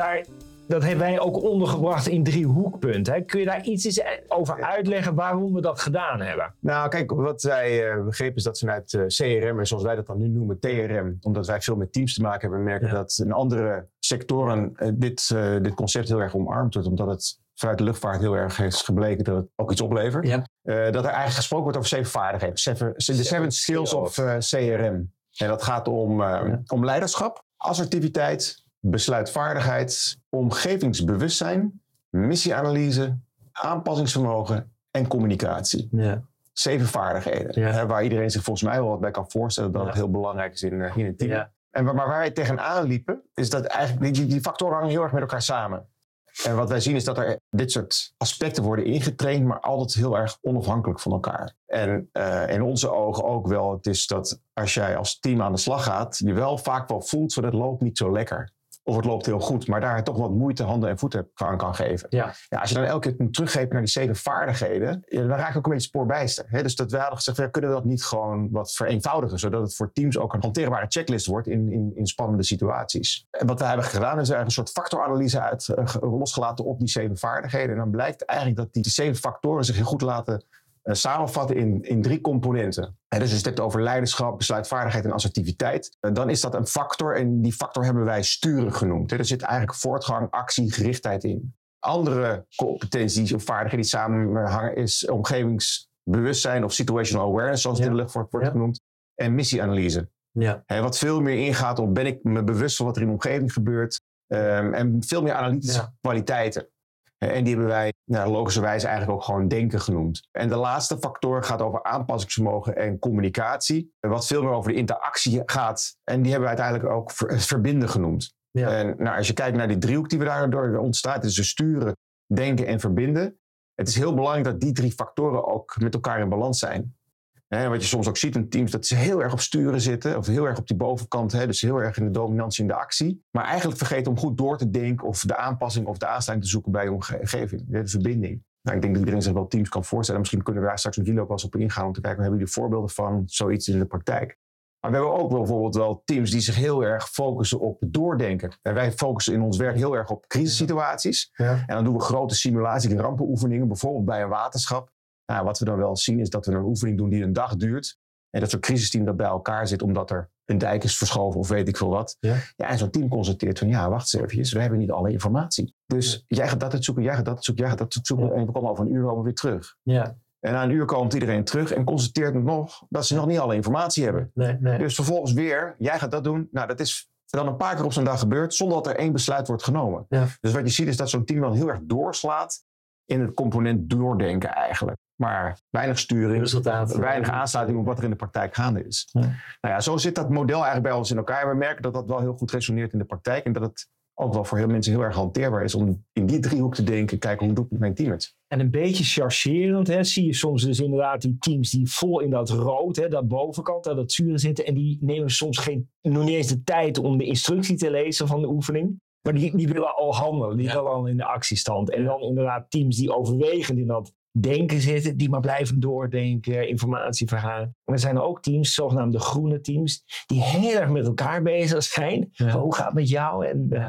dat hebben wij ook ondergebracht in 3 hoekpunten. Hè. Kun je daar iets over uitleggen waarom we dat gedaan hebben? Nou, kijk, wat wij begrepen is dat vanuit CRM, en zoals wij dat dan nu noemen, TRM, omdat wij veel met teams te maken hebben, merken dat in andere sectoren dit concept heel erg omarmd wordt, omdat het vanuit de luchtvaart heel erg is gebleken dat het ook iets oplevert. Ja. Dat er eigenlijk gesproken wordt over 7 vaardigheden. De 7 skills of CRM. En dat gaat om leiderschap, assertiviteit, besluitvaardigheid, omgevingsbewustzijn, missieanalyse, aanpassingsvermogen en communicatie. Ja. 7 vaardigheden. Waar iedereen zich volgens mij wel wat bij kan voorstellen dat het heel belangrijk is in een team. Ja. En maar waar wij tegenaan liepen, is dat eigenlijk die factoren hangen heel erg met elkaar samen. En wat wij zien is dat er dit soort aspecten worden ingetraind, maar altijd heel erg onafhankelijk van elkaar. En in onze ogen ook wel, het is dat als jij als team aan de slag gaat, je wel vaak wel voelt van het loopt niet zo lekker. Of het loopt heel goed, maar daar toch wat moeite, handen en voeten aan kan geven. Ja, als je dan elke keer teruggeeft naar die 7 vaardigheden, dan raak je ook een beetje spoorbijster. Dus dat wij hadden gezegd, kunnen we dat niet gewoon wat vereenvoudigen, zodat het voor teams ook een hanteerbare checklist wordt in spannende situaties. En wat we hebben gedaan is een soort factoranalyse losgelaten op die 7 vaardigheden. En dan blijkt eigenlijk dat die 7 factoren zich heel goed laten samenvatten in 3 componenten. Dus als je het hebt over leiderschap, besluitvaardigheid en assertiviteit, dan is dat een factor en die factor hebben wij sturen genoemd. Er zit eigenlijk voortgang, actie, gerichtheid in. Andere competenties of vaardigheden die samenhangen is omgevingsbewustzijn of situational awareness, zoals het in de luchtvaart wordt genoemd, en missieanalyse. Ja. Wat veel meer ingaat op ben ik me bewust van wat er in de omgeving gebeurt en veel meer analytische kwaliteiten. En die hebben wij logischerwijs eigenlijk ook gewoon denken genoemd. En de laatste factor gaat over aanpassingsvermogen en communicatie. Wat veel meer over de interactie gaat. En die hebben we uiteindelijk ook verbinden genoemd. Ja. En als je kijkt naar die driehoek die we daardoor ontstaat, is dus sturen, denken en verbinden. Het is heel belangrijk dat die 3 factoren ook met elkaar in balans zijn. En wat je soms ook ziet in teams, dat ze heel erg op sturen zitten. Of heel erg op die bovenkant, dus heel erg in de dominantie in de actie. Maar eigenlijk vergeten om goed door te denken of de aanpassing of de aansluiting te zoeken bij de omgeving. De verbinding. Ik denk dat iedereen zich wel teams kan voorstellen. Misschien kunnen we daar straks met jullie ook wel eens op ingaan om te kijken, hebben jullie voorbeelden van zoiets in de praktijk? Maar we hebben ook bijvoorbeeld wel teams die zich heel erg focussen op doordenken. En wij focussen in ons werk heel erg op crisissituaties. Ja. En dan doen we grote simulaties en rampenoefeningen, bijvoorbeeld bij een waterschap. Wat we dan wel zien is dat we een oefening doen die een dag duurt. En dat zo'n crisisteam dat bij elkaar zit omdat er een dijk is verschoven of weet ik veel wat. Ja. En zo'n team constateert van wacht eens eventjes, we hebben niet alle informatie. Dus jij gaat dat uitzoeken, jij gaat dat uitzoeken, jij gaat dat uitzoeken. En we komen over een uur weer terug. Ja. En na een uur komt iedereen terug en constateert nog dat ze nog niet alle informatie hebben. Nee. Dus vervolgens weer, jij gaat dat doen. Dat is dan een paar keer op zo'n dag gebeurd zonder dat er 1 besluit wordt genomen. Ja. Dus wat je ziet is dat zo'n team dan heel erg doorslaat in het component doordenken eigenlijk. Maar weinig sturing, weinig aansluiting op wat er in de praktijk gaande is. Ja. Zo zit dat model eigenlijk bij ons in elkaar. En we merken dat dat wel heel goed resoneert in de praktijk. En dat het ook wel voor heel mensen heel erg hanteerbaar is om in die driehoek te denken. Kijken, hoe doet mijn team het? En een beetje chargerend zie je soms dus inderdaad die teams die vol in dat rood, dat bovenkant, dat zuren zitten. En die nemen soms nog niet eens de tijd om de instructie te lezen van de oefening. Maar die willen al handelen, die willen al in de actiestand. En dan inderdaad teams die overwegend in dat denken zitten, die maar blijven doordenken, informatie verhalen. En er zijn ook teams, zogenaamde groene teams, die heel erg met elkaar bezig zijn. Ja. Van, hoe gaat het met jou?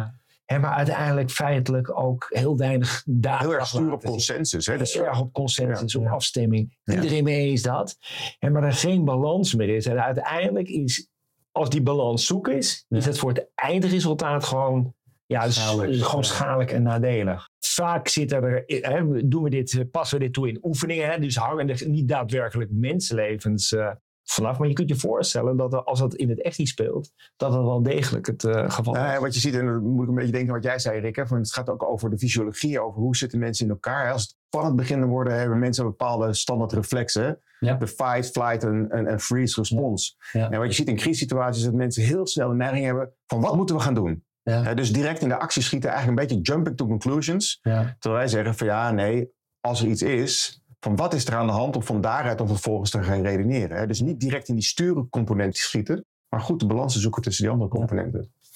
En maar uiteindelijk feitelijk ook heel weinig data. Heel erg stuur op consensus. Heel erg op consensus, op afstemming. Ja. Iedereen mee is dat. Maar er geen balans meer is. En uiteindelijk is, als die balans zoek is het voor het eindresultaat gewoon gewoon schadelijk en nadelig. Vaak zitten passen we dit toe in oefeningen. Dus hangen er niet daadwerkelijk mensenlevens vanaf. Maar je kunt je voorstellen dat als dat in het echt niet speelt, dat dat wel degelijk het geval is. Wat je ziet, en dan moet ik een beetje denken wat jij zei, Rick. Het gaat ook over de fysiologie, over hoe zitten mensen in elkaar. Als het spannend begint te worden, hebben mensen bepaalde standaard reflexen. Ja. De fight, flight en freeze respons. Ja. En wat je ziet in crisissituaties is dat mensen heel snel de neiging hebben van wat moeten we gaan doen? Ja. Dus direct in de actie schieten, eigenlijk een beetje jumping to conclusions. Ja. Terwijl wij zeggen van als er iets is, van wat is er aan de hand om van daaruit om vervolgens te gaan redeneren. Dus niet direct in die sturen component schieten, maar goed de balans te zoeken tussen die andere componenten.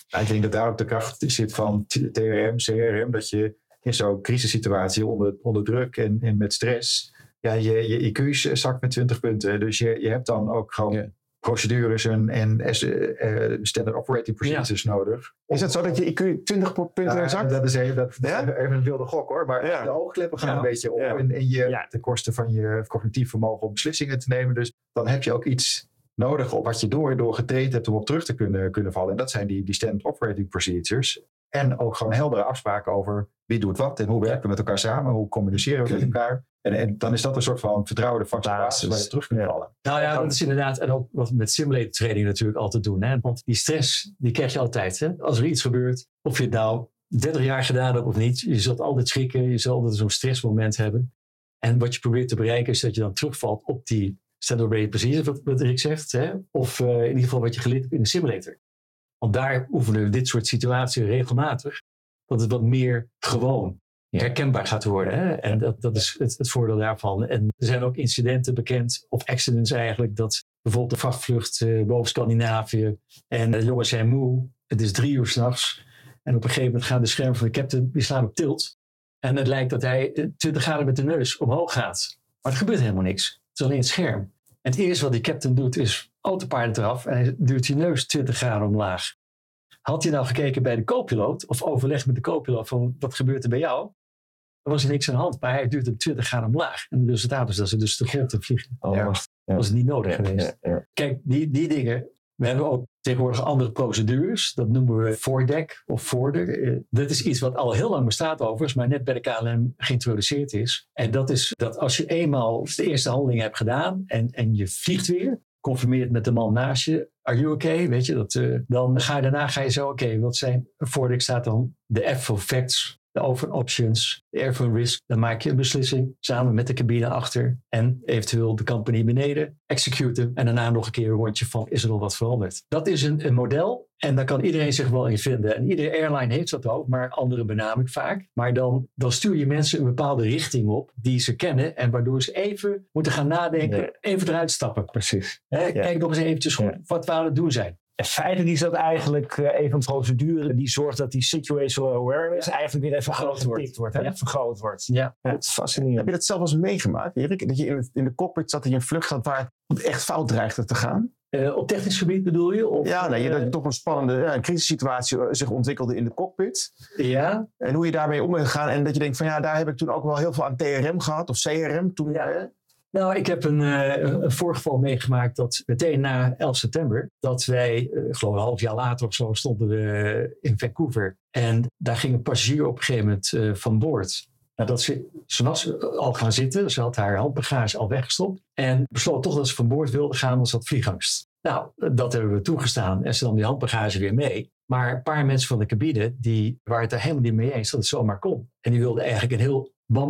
Ik denk dat daar ook de kracht zit van TRM, CRM. Dat je in zo'n crisissituatie onder druk en met stress... Ja, je IQ zakt met 20 punten. Dus je hebt dan ook gewoon procedures en standard operating procedures nodig. Is het zo dat je IQ 20 punten zakt? Dat is even een wilde gok hoor. Maar de oogkleppen gaan een beetje op. En ten koste van je cognitief vermogen om beslissingen te nemen. Dus dan heb je ook iets nodig op wat je door getraind hebt om op terug te kunnen vallen. En dat zijn die standard operating procedures. En ook gewoon heldere afspraken over wie doet wat en hoe werken we met elkaar samen. Hoe communiceren we met elkaar. En dan is dat een soort van vertrouwde basis waar je terug kunt vallen. Nou ja, dat is inderdaad, en ook wat we met simulator training natuurlijk altijd doen. Hè? Want die stress, die krijg je altijd. Hè? Als er iets gebeurt, of je het nou 30 jaar gedaan hebt of niet. Je zult altijd schrikken, je zult altijd zo'n stressmoment hebben. En wat je probeert te bereiken is dat je dan terugvalt op die standard operating procedure, wat Rick zegt. Hè? Of in ieder geval wat je geleerd hebt in de simulator. Want daar oefenen we dit soort situaties regelmatig. Dat het wat meer gewoon herkenbaar gaat worden. Hè? En dat is het voordeel daarvan. En er zijn ook incidenten bekend, of accidents eigenlijk, dat bijvoorbeeld de vrachtvlucht boven Scandinavië en de jongens zijn moe. Het is 3 uur 's nachts. En op een gegeven moment gaan de schermen van de captain, die slaan op tilt. En het lijkt dat hij 20 graden met de neus omhoog gaat. Maar er gebeurt helemaal niks. Het is alleen het scherm. En het eerste wat die captain doet is autopilot eraf en hij duwt die neus 20 graden omlaag. Had hij nou gekeken bij de co-piloot of overlegd met de co-piloot van wat gebeurt er bij jou? Er was er niks aan de hand, maar hij duwt hem 20 graden omlaag. En het resultaat is dat ze dus de grond op vliegen. Was het niet nodig geweest. Kijk, die dingen. We hebben ook tegenwoordig andere procedures. Dat noemen we voordek of voorder. Dat is iets wat al heel lang bestaat overigens, maar net bij de KLM geïntroduceerd is. En dat is dat als je eenmaal de eerste handeling hebt gedaan en je vliegt weer, conformeert met de man naast je, are you okay? Weet je, dan ga je daarna zo, oké, wat zijn, voordek staat dan de F voor facts, de O voor options, de R voor risk. Dan maak je een beslissing samen met de cabine achter en eventueel de company beneden. Executen en daarna nog een keer een rondje van is er nog wat veranderd. Dat is een model en daar kan iedereen zich wel in vinden. En iedere airline heeft dat ook, maar andere benaam ik vaak. Maar dan stuur je mensen een bepaalde richting op die ze kennen en waardoor ze even moeten gaan nadenken, even eruit stappen. Precies. Kijk nog eens eventjes goed wat we aan het doen zijn. En feitelijk is dat eigenlijk even een procedure die zorgt dat die situational awareness eigenlijk weer even vergroot wordt. Vergroot wordt. Ja. Dat is fascinerend. Heb je dat zelf eens meegemaakt, Erik? Dat je in de cockpit zat en je een vlucht had waar het echt fout dreigde te gaan? Op technisch gebied bedoel je? Of, dat je toch een spannende crisissituatie zich ontwikkelde in de cockpit. Ja. En hoe je daarmee om bent gegaan. En dat je denkt van daar heb ik toen ook wel heel veel aan TRM gehad of CRM. Toen, Nou, ik heb een voorgeval meegemaakt dat meteen na 11 september, dat wij, ik geloof een half jaar later of zo, stonden we in Vancouver. En daar ging een passagier op een gegeven moment van boord. Nadat ze was al gaan zitten, ze had haar handbagage al weggestopt. En besloot toch dat ze van boord wilde gaan, want ze had vliegangst. Nou, dat hebben we toegestaan en ze nam die handbagage weer mee. Maar een paar mensen van de cabine, die waren het er helemaal niet mee eens dat het zomaar kon. En die wilden eigenlijk een heel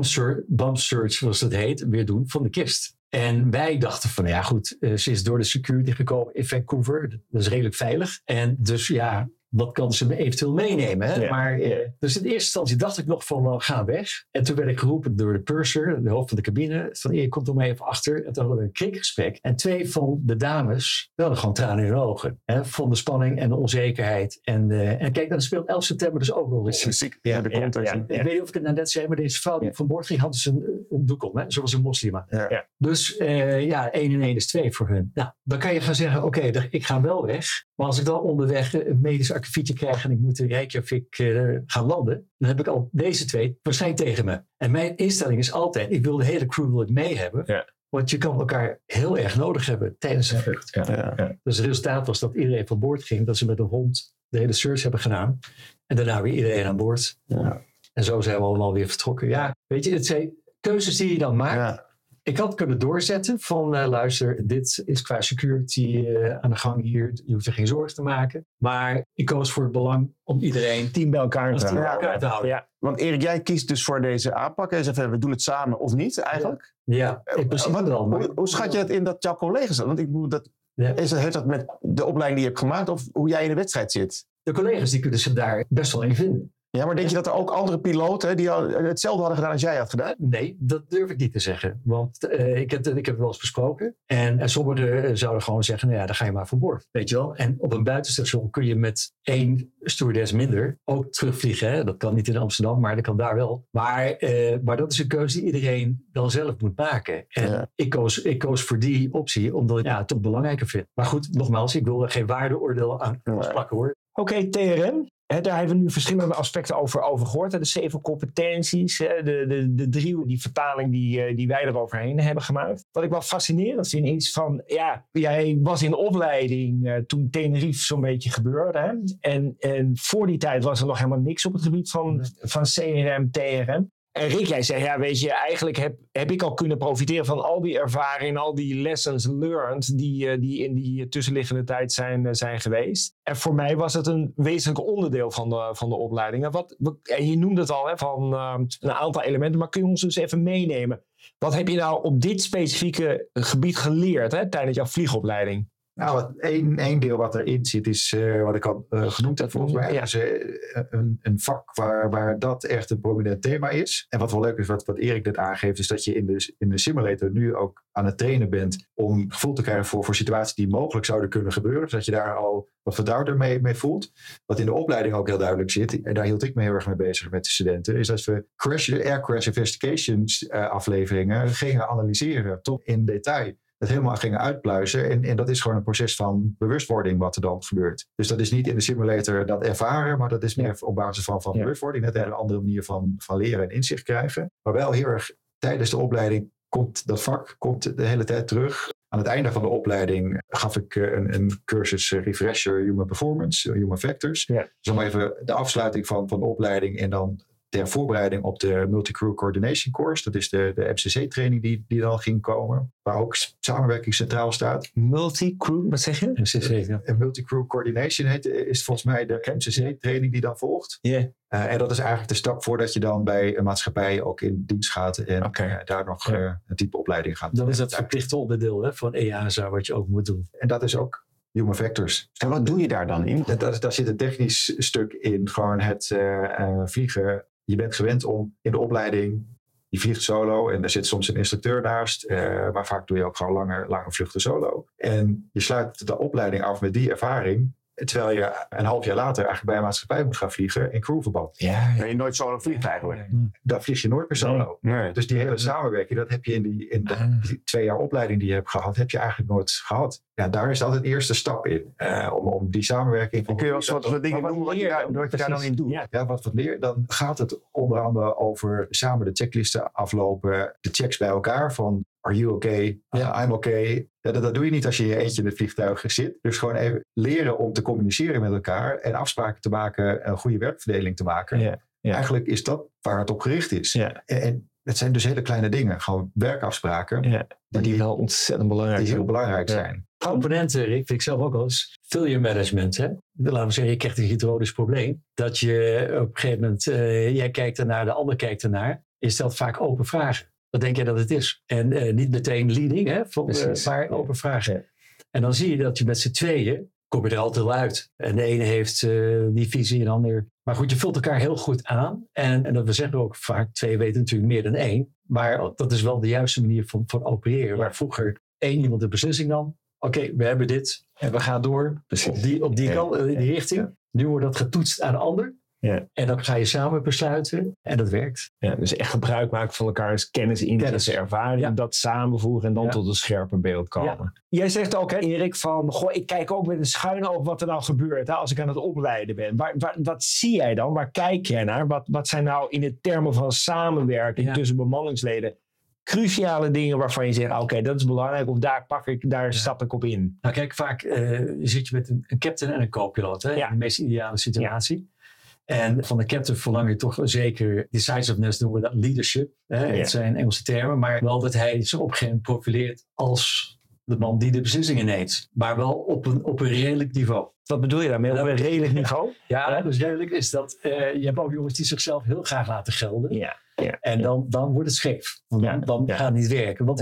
bump search, zoals dat heet, weer doen van de kist. En wij dachten van, ze is door de security gekomen in Vancouver. Dat is redelijk veilig. En dus wat kan ze eventueel meenemen? Hè? Maar, dus in de eerste instantie dacht ik nog van, ga weg. En toen werd ik geroepen door de purser, de hoofd van de cabine, van, je komt er maar even achter. En toen hadden we een krikgesprek. En 2 van de dames hadden gewoon tranen in hun ogen. Hè? Van de spanning en de onzekerheid. En kijk, dan speelt 11 september dus ook wel rol. Ik weet niet of ik het net zei, maar deze vrouw die van boord ging, had dus een doek om. Hè? Zoals een moslima. Ja. Dus 1 en 1 is 2 voor hun. Nou, dan kan je gaan zeggen, oké, ik ga wel weg. Maar als ik dan onderweg een medisch akkefietje krijg en ik moet in Reykjavik gaan landen, dan heb ik al deze 2 waarschijnlijk tegen me. En mijn instelling is altijd, ik wil de hele crew wil ik mee hebben. Ja. Want je kan elkaar heel erg nodig hebben tijdens de vlucht. Ja. Dus het resultaat was dat iedereen van boord ging, dat ze met een hond de hele search hebben gedaan. En daarna weer iedereen aan boord. Ja. En zo zijn we allemaal weer vertrokken. Ja, weet je, het zijn keuzes die je dan maakt. Ja. Ik had kunnen doorzetten van luister, dit is qua security aan de gang hier. Je hoeft er geen zorgen te maken. Maar ik koos voor het belang om iedereen team bij elkaar te houden. Ja. Want Erik, jij kiest dus voor deze aanpak. Je zegt, we doen het samen of niet eigenlijk. Ja, in principe wel. Hoe schat je dat in dat jouw collega's... Want ik bedoel, heeft dat met de opleiding die je hebt gemaakt of hoe jij in de wedstrijd zit? De collega's die kunnen zich daar best wel in vinden. Ja, maar denk je dat er ook andere piloten die al hetzelfde hadden gedaan als jij had gedaan? Nee, dat durf ik niet te zeggen. Want ik heb het wel eens besproken. En sommigen zouden gewoon zeggen, nou ja, dan ga je maar van boord. Weet je wel? En op een buitenstation kun je met 1 stewardess minder ook terugvliegen. Hè? Dat kan niet in Amsterdam, maar dat kan daar wel. Maar dat is een keuze die iedereen dan zelf moet maken. En ik koos voor die optie, omdat ik het toch belangrijker vind. Maar goed, nogmaals, ik wil er geen waardeoordeel aan plakken hoor. Oké, TRM. Daar hebben we nu verschillende aspecten over gehoord. De 7 competenties, de 3, die vertaling die wij eroverheen hebben gemaakt. Wat ik wel fascinerend vind is van, jij was in opleiding toen Tenerife zo'n beetje gebeurde. Hè? En voor die tijd was er nog helemaal niks op het gebied van CRM, TRM. En Rick, jij zei, weet je, eigenlijk heb ik al kunnen profiteren van al die ervaringen, al die lessons learned die in die tussenliggende tijd zijn geweest. En voor mij was het een wezenlijk onderdeel van de opleiding. En je noemde het al, hè, van een aantal elementen, maar kun je ons dus even meenemen? Wat heb je nou op dit specifieke gebied geleerd tijdens jouw vliegopleiding? Nou, één deel wat erin zit is wat ik al genoemd heb volgens mij. Ja. Een vak waar dat echt een prominent thema is. En wat wel leuk is, wat Erik net aangeeft, is dat je in de simulator nu ook aan het trainen bent om gevoel te krijgen voor situaties die mogelijk zouden kunnen gebeuren. Zodat je daar al wat vertrouwder mee voelt. Wat in de opleiding ook heel duidelijk zit, en daar hield ik me heel erg mee bezig met de studenten, is dat we air crash investigations afleveringen gingen analyseren tot in detail. Het helemaal gingen uitpluizen. En dat is gewoon een proces van bewustwording wat er dan gebeurt. Dus dat is niet in de simulator dat ervaren, maar dat is meer op basis van bewustwording. Net een andere manier van leren en inzicht krijgen. Maar wel heel erg tijdens de opleiding komt dat vak de hele tijd terug. Aan het einde van de opleiding gaf ik een cursus refresher human performance, human factors. Ja. Dus dan maar even de afsluiting van de opleiding en dan ter voorbereiding op de Multi-Crew Coordination Course. Dat is de MCC-training die dan ging komen. Waar ook samenwerking centraal staat. Multi-Crew, wat zeg je? MCC, ja. En Multi-Crew Coordination is volgens mij de MCC-training die dan volgt. Yeah. En dat is eigenlijk de stap voordat je dan bij een maatschappij ook in dienst gaat. En daar nog een type opleiding gaat. Dat is het verplichte onderdeel van EASA wat je ook moet doen. En dat is ook human factors. En wat doe je daar dan in? Daar zit een technisch stuk in. Gewoon het vliegen. Je bent gewend om in de opleiding, je vliegt solo en er zit soms een instructeur naast. Maar vaak doe je ook gewoon lange vluchten solo. En je sluit de opleiding af met die ervaring. Terwijl je een half jaar later eigenlijk bij een maatschappij moet gaan vliegen in crewverband. Ja, je nooit solo vliegt eigenlijk. Daar vlieg je nooit meer solo. Nee. Dus die hele samenwerking, dat heb je in die 2 jaar opleiding die je hebt gehad, heb je eigenlijk nooit gehad. Ja, daar is altijd de eerste stap in. Om die samenwerking. Kun je wel soort dingen noemen wat je daar dan in doet? Ja, wat leer. Dan gaat het onder andere over samen de checklisten aflopen. De checks bij elkaar van are you okay? I'm okay. Ja, dat doe je niet als je in je eentje in het vliegtuig zit. Dus gewoon even leren om te communiceren met elkaar. En afspraken te maken. Een goede werkverdeling te maken. Ja. Eigenlijk is dat waar het op gericht is. Ja. En het zijn dus hele kleine dingen. Gewoon werkafspraken. Ja, die wel ontzettend belangrijk zijn. Die heel belangrijk zijn. Componenten, Rick, vind ik zelf ook wel eens failure management. Hè? Laten we zeggen, je krijgt een hydraulisch probleem. Dat je op een gegeven moment, jij kijkt ernaar, de ander kijkt ernaar. Je stelt vaak open vragen. Wat denk je dat het is? En niet meteen leading, hè, maar open vragen. Ja. En dan zie je dat je met z'n tweeën, kom je er altijd wel uit. En de ene heeft die visie en de ander. Maar goed, je vult elkaar heel goed aan. En dat we zeggen ook vaak, 2 weten natuurlijk meer dan 1. Maar dat is wel de juiste manier van opereren. Ja. Waar vroeger 1 iemand de beslissing nam. Oké, we hebben dit en we gaan door op die kant, in die richting. Ja. Nu wordt dat getoetst aan de ander. Ja. En dan ga je samen besluiten en dat werkt. Ja, dus echt gebruik maken van elkaars kennis, interesse, ervaring. Dat samenvoegen en dan tot een scherper beeld komen. Ja. Jij zegt ook, hè, Erik, van ik kijk ook met een schuin oog wat er nou gebeurt als ik aan het opleiden ben. Wat zie jij dan? Waar kijk jij naar? Wat zijn nou in de termen van samenwerking tussen bemanningsleden cruciale dingen waarvan je zegt, oké, dat is belangrijk of daar stap ik op in? Nou kijk, vaak zit je met een captain en een co-piloot. In de meest ideale situatie. Ja. En van de captain verlang je toch zeker decisiveness, noemen we dat leadership. Het zijn Engelse termen, maar wel dat hij zich op een gegeven moment profileert als de man die de beslissingen neemt. Maar wel op een redelijk niveau. Wat bedoel je daarmee? Op een redelijk niveau? Ja, dus redelijk is dat je hebt ook jongens die zichzelf heel graag laten gelden. Ja. En dan wordt het scheef. Dan gaat het niet werken. Want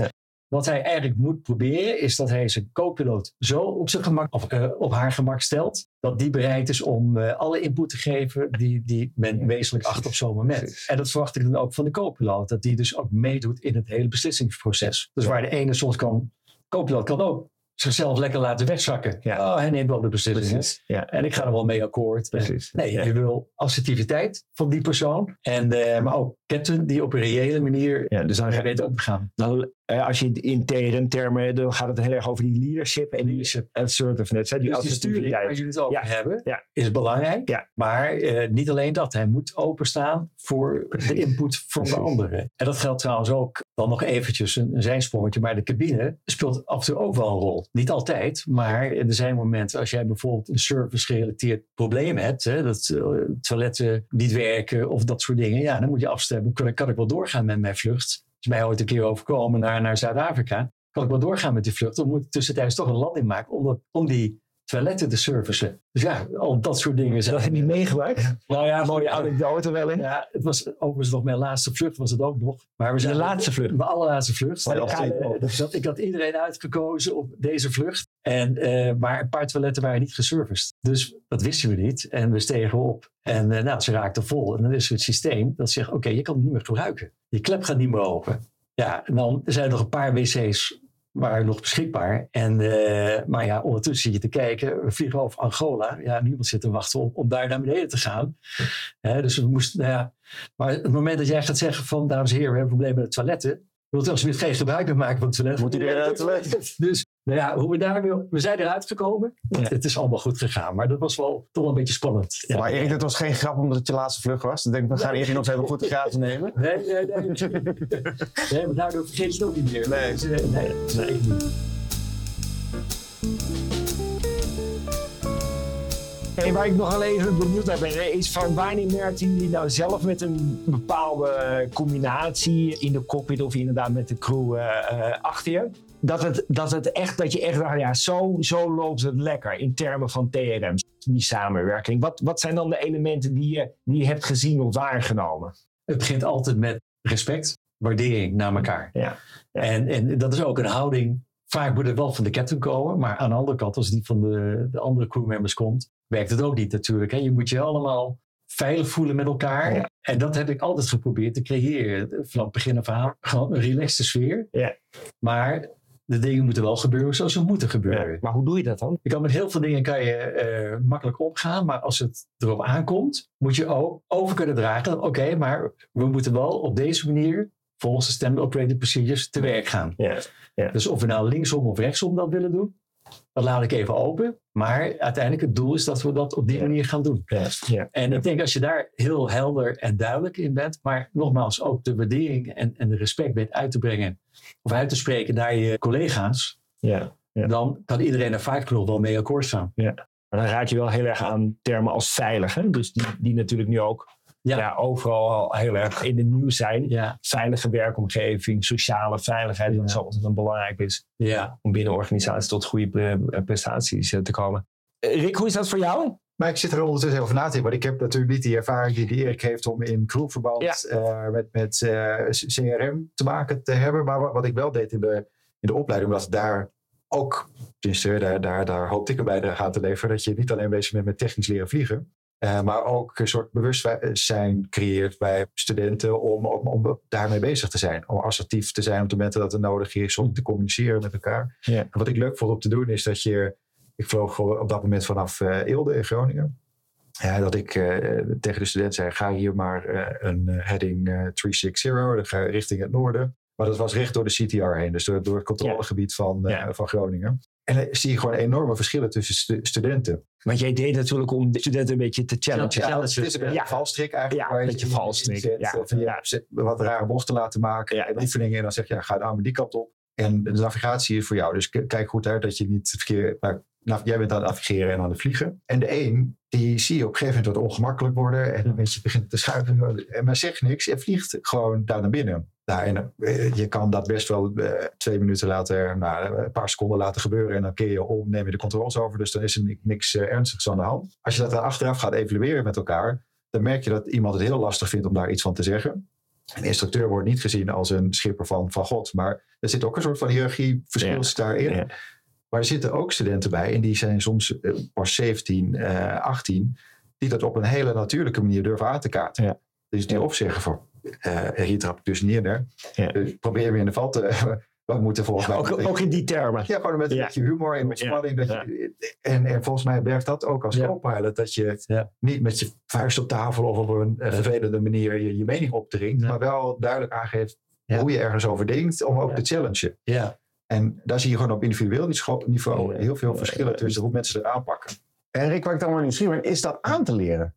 Wat hij eigenlijk moet proberen is dat hij zijn co-piloot zo op zijn gemak of op haar gemak stelt. Dat die bereid is om alle input te geven die men wezenlijk acht op zo'n moment. Precies. En dat verwacht ik dan ook van de co-piloot. Dat die dus ook meedoet in het hele beslissingsproces. Dus waar de ene soms co-piloot kan ook zichzelf lekker laten wegzakken. Ja. Oh, hij neemt wel de beslissingen. Ja. En ik ga er wel mee akkoord. Je wil assertiviteit van die persoon. Maar ook captain die op een reële manier dus dan weet om te gaan. Als je in TRM-termen, dan gaat het heel erg over die leadership en die assertiveness. Dus die sturing waar jullie het over hebben, is belangrijk. Ja. Maar niet alleen dat. Hij moet openstaan voor de input van de anderen. En dat geldt trouwens ook, dan nog eventjes een zijsprongetje, maar de cabine speelt af en toe ook wel een rol. Niet altijd, maar er zijn momenten als jij bijvoorbeeld een service-gerelateerd probleem hebt, dat toiletten niet werken of dat soort dingen, dan moet je afstemmen. Kan ik wel doorgaan met mijn vlucht? Is mij ooit een keer overkomen naar Zuid-Afrika. Kan ik wel doorgaan met die vlucht? Dan moet ik tussentijds toch een landing maken om die toiletten te servicen. Dus al dat soort dingen. Dat heb je niet meegemaakt? Nou mooie anekdote wel in. Ja, het was overigens nog mijn laatste vlucht, was het ook nog. Maar we zijn de laatste vlucht? Mijn allerlaatste vlucht. Ik had iedereen uitgekozen op deze vlucht. Maar een paar toiletten waren niet geserviced. Dus dat wisten we niet. En we stegen op. En ze raakten vol. En dan is er het systeem dat zegt, oké, je kan het niet meer gebruiken. Je klep gaat niet meer open. Ja, en dan zijn er nog een paar wc's waren nog beschikbaar. Maar ondertussen zit je te kijken. We vliegen over Angola. Ja, niemand zit te wachten om daar naar beneden te gaan. Dus we moesten, maar het moment dat jij gaat zeggen van, dames en heren, we hebben een probleem met de toiletten. Je wilt alsjeblieft geen gebruik meer maken van het toilet. Moet iedereen uit het toilet? Dus we zijn eruit gekomen. Ja. Het is allemaal goed gegaan. Maar dat was wel toch een beetje spannend. Ja. Maar Erik, dat was geen grap omdat het je laatste vlucht was. Dan denk ik, we gaan Erik nog even goed de gratis nemen. Nee. Maar daardoor vergeet je het ook niet meer. Nee. Dus, nee, niet. Hey, waar ik nog wel even benieuwd naar ben, is van wanneer merkten jullie nou zelf met een bepaalde combinatie in de cockpit of inderdaad met de crew achter je, dat je echt dacht, zo loopt het lekker in termen van TRM, die samenwerking. Wat zijn dan de elementen die je hebt gezien of waargenomen? Het begint altijd met respect, waardering naar elkaar. Ja. En dat is ook een houding. Vaak moet het wel van de captain komen, maar aan de andere kant, als het niet van de andere crewmembers komt, werkt het ook niet natuurlijk. Hè? Je moet je allemaal veilig voelen met elkaar. Ja. En dat heb ik altijd geprobeerd te creëren. Vanaf het begin af aan gewoon een relaxte sfeer. Ja. Maar de dingen moeten wel gebeuren zoals ze moeten gebeuren. Ja. Maar hoe doe je dat dan? Je kan met heel veel dingen makkelijk omgaan. Maar als het erop aankomt, moet je ook over kunnen dragen. Oké, maar we moeten wel op deze manier volgens de standard operating procedures te werk gaan. Ja. Ja. Dus of we nou linksom of rechtsom dat willen doen, dat laat ik even open. Maar uiteindelijk het doel is dat we dat op die manier gaan doen. Ja. Ja. En ik denk als je daar heel helder en duidelijk in bent, maar nogmaals ook de waardering en de respect weet uit te brengen of uit te spreken naar je collega's, dan kan iedereen er vaak nog wel mee akkoord gaan. Ja. Maar dan raad je wel heel erg aan termen als veilig. Hè? Dus die natuurlijk nu ook overal al heel erg in het nieuws zijn. Ja. Veilige werkomgeving, sociale veiligheid, dat altijd een belangrijk is om binnen organisaties tot goede prestaties te komen. Rick, hoe is dat voor jou? Maar ik zit er ondertussen over na te denken, want ik heb natuurlijk niet die ervaring die Erik heeft om in crewverband met CRM te maken te hebben. Maar wat ik wel deed in de opleiding, was daar ook, daar hoopte ik een bijdrage aan te leveren, dat je niet alleen bezig bent met technisch leren vliegen, maar ook een soort bewustzijn creëert bij studenten om daarmee bezig te zijn. Om assertief te zijn op de momenten dat het nodig is, om te communiceren met elkaar. Ja. En wat ik leuk vond om te doen is dat ik vloog op dat moment vanaf Eelde in Groningen. Dat ik tegen de student zei, ga hier maar een heading 360, dan ga je richting het noorden. Maar dat was recht door de CTR heen, dus door het controlegebied van Groningen. En dan zie je gewoon enorme verschillen tussen studenten. Want jij deed natuurlijk om de studenten een beetje te challengen. Ja, het is een valstrik eigenlijk. Ja, een beetje valstrik. Of je wat rare bochten laten maken en oefeningen. En dan zeg je, ga nou maar die kant op. En de navigatie is voor jou. Dus kijk goed uit dat je niet verkeerd... jij bent aan het navigeren en aan het vliegen. En de een, die zie je op een gegeven moment wat ongemakkelijk worden. En dan begint te schuiven. Maar zegt niks en vliegt gewoon daar naar binnen. En je kan dat best wel 2 minuten later, een paar seconden laten gebeuren. En dan keer je om, neem je de controles over. Dus dan is er niks ernstigs aan de hand. Als je dat dan achteraf gaat evalueren met elkaar, dan merk je dat iemand het heel lastig vindt om daar iets van te zeggen. Een instructeur wordt niet gezien als een schipper van God. Maar er zit ook een soort van hiërarchieverschil daarin. Ja. Maar er zitten ook studenten bij. En die zijn soms pas 17, 18. Die dat op een hele natuurlijke manier durven aan te kaarten. Ja. Dus die opzeggen van... hier trap ik dus neer. Ja. Dus probeer weer in de val te... We moeten volgens mij... Ook in die termen. Ja, gewoon met een beetje humor en ontspanning. Ja. En volgens mij werkt dat ook als co-pilot. Dat je niet met je vuist op tafel of op een vervelende manier je mening opdringt. Maar wel duidelijk aangeeft hoe je ergens over denkt om ook te challengen. Ja. En daar zie je gewoon op individueel niveau heel veel verschillen tussen hoe mensen het aanpakken. En Rick, waar ik dan wel nieuwsgierig ben, is dat aan te leren?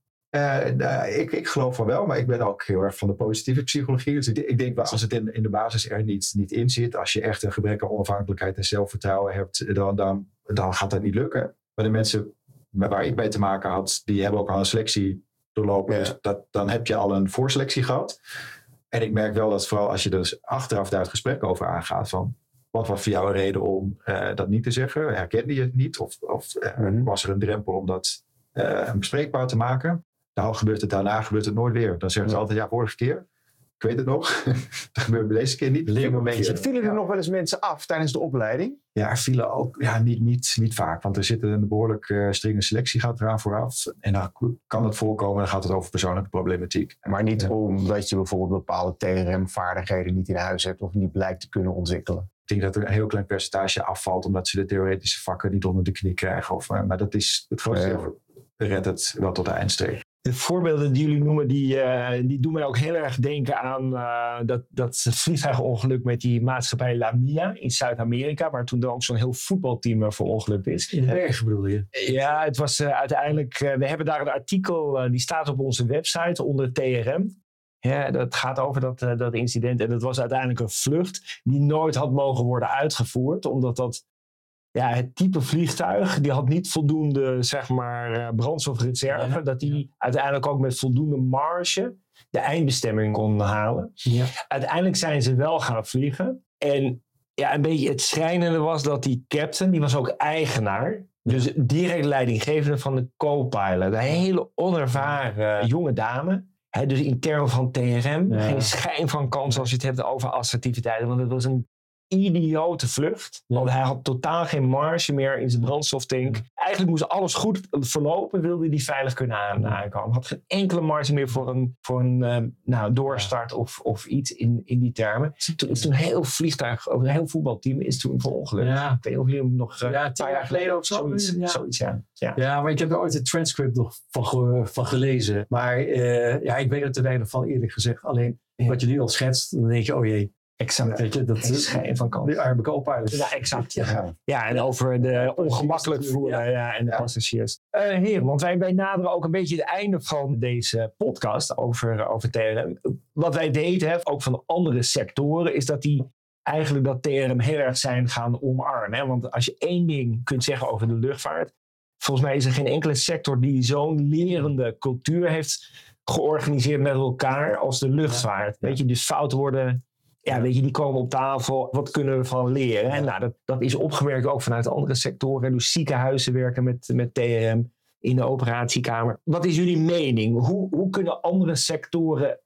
Ik geloof van wel, maar ik ben ook heel erg van de positieve psychologie. Dus ik denk wel, als het in de basis er niet in zit, als je echt een gebrek aan onafhankelijkheid en zelfvertrouwen hebt, dan gaat dat niet lukken. Maar de mensen waar ik mee te maken had, die hebben ook al een selectie doorlopen. Ja. Dus dan heb je al een voorselectie gehad. En ik merk wel dat vooral als je dus achteraf daar het gesprek over aangaat van, wat was voor jou een reden om dat niet te zeggen? Herkende je het niet? Of was er een drempel om dat bespreekbaar te maken? Nou, daarna gebeurt het nooit weer. Dan zeggen ze altijd, vorige keer. Ik weet het nog. Dat gebeurt deze keer niet. Vielen er nog wel eens mensen af tijdens de opleiding? Ja, er vielen ook niet vaak. Want er zit een behoorlijk strenge selectie gaat eraan vooraf. En dan kan het voorkomen. Dan gaat het over persoonlijke problematiek. Maar niet omdat je bijvoorbeeld bepaalde TRM-vaardigheden niet in huis hebt. Of niet blijkt te kunnen ontwikkelen. Ik denk dat er een heel klein percentage afvalt. Omdat ze de theoretische vakken niet onder de knie krijgen. Maar dat is het grootste deel. Redt het wel tot de eindstreep. De voorbeelden die jullie noemen, die doen mij ook heel erg denken aan dat vliegtuigongeluk met die maatschappij Lamia in Zuid-Amerika, waar toen ook zo'n heel voetbalteam verongelukt is. In de bergen bedoel je? Ja, het was uiteindelijk, we hebben daar een artikel, die staat op onze website onder TRM. Ja, dat gaat over dat incident en dat was uiteindelijk een vlucht die nooit had mogen worden uitgevoerd, omdat het type vliegtuig, die had niet voldoende, brandstofreserve, dat die uiteindelijk ook met voldoende marge de eindbestemming kon halen. Ja. Uiteindelijk zijn ze wel gaan vliegen. En een beetje het schrijnende was dat die captain, die was ook eigenaar. Dus direct leidinggevende van de co-pilot. Een hele onervaren jonge dame. Dus in termen van TRM, geen schijn van kans als je het hebt over assertiviteit. Want het was een idiote vlucht. Want hij had totaal geen marge meer in zijn brandstoftank. Eigenlijk moest alles goed verlopen. Wilde hij veilig kunnen aankomen. Had geen enkele marge meer voor een doorstart of iets in die termen. Toen is een heel voetbalteam is toen verongelukt. Ja. Ik weet niet of jullie hem nog 10 jaar geleden of zo. Zoiets. Ja, maar ik heb er ooit het transcript nog van gelezen. Maar ik weet er te weinig van, eerlijk gezegd. Alleen wat je nu al schetst, dan denk je, oh jee. Exact. Weet je, dat is schijn van kans. De arme co-pilot. Ja, exact. Ja, en over de ongemakkelijk voelen en de passagiers. Heren, want wij naderen ook een beetje het einde van deze podcast over TRM. Wat wij weten, ook van andere sectoren, is dat die eigenlijk dat TRM heel erg zijn gaan omarmen. Hè? Want als je één ding kunt zeggen over de luchtvaart, volgens mij is er geen enkele sector die zo'n lerende cultuur heeft georganiseerd met elkaar als de luchtvaart. Weet je, dus fouten worden... Ja, weet je, die komen op tafel. Wat kunnen we van leren? En dat is opgemerkt ook vanuit andere sectoren. Dus ziekenhuizen werken met TRM in de operatiekamer. Wat is jullie mening? Hoe kunnen andere sectoren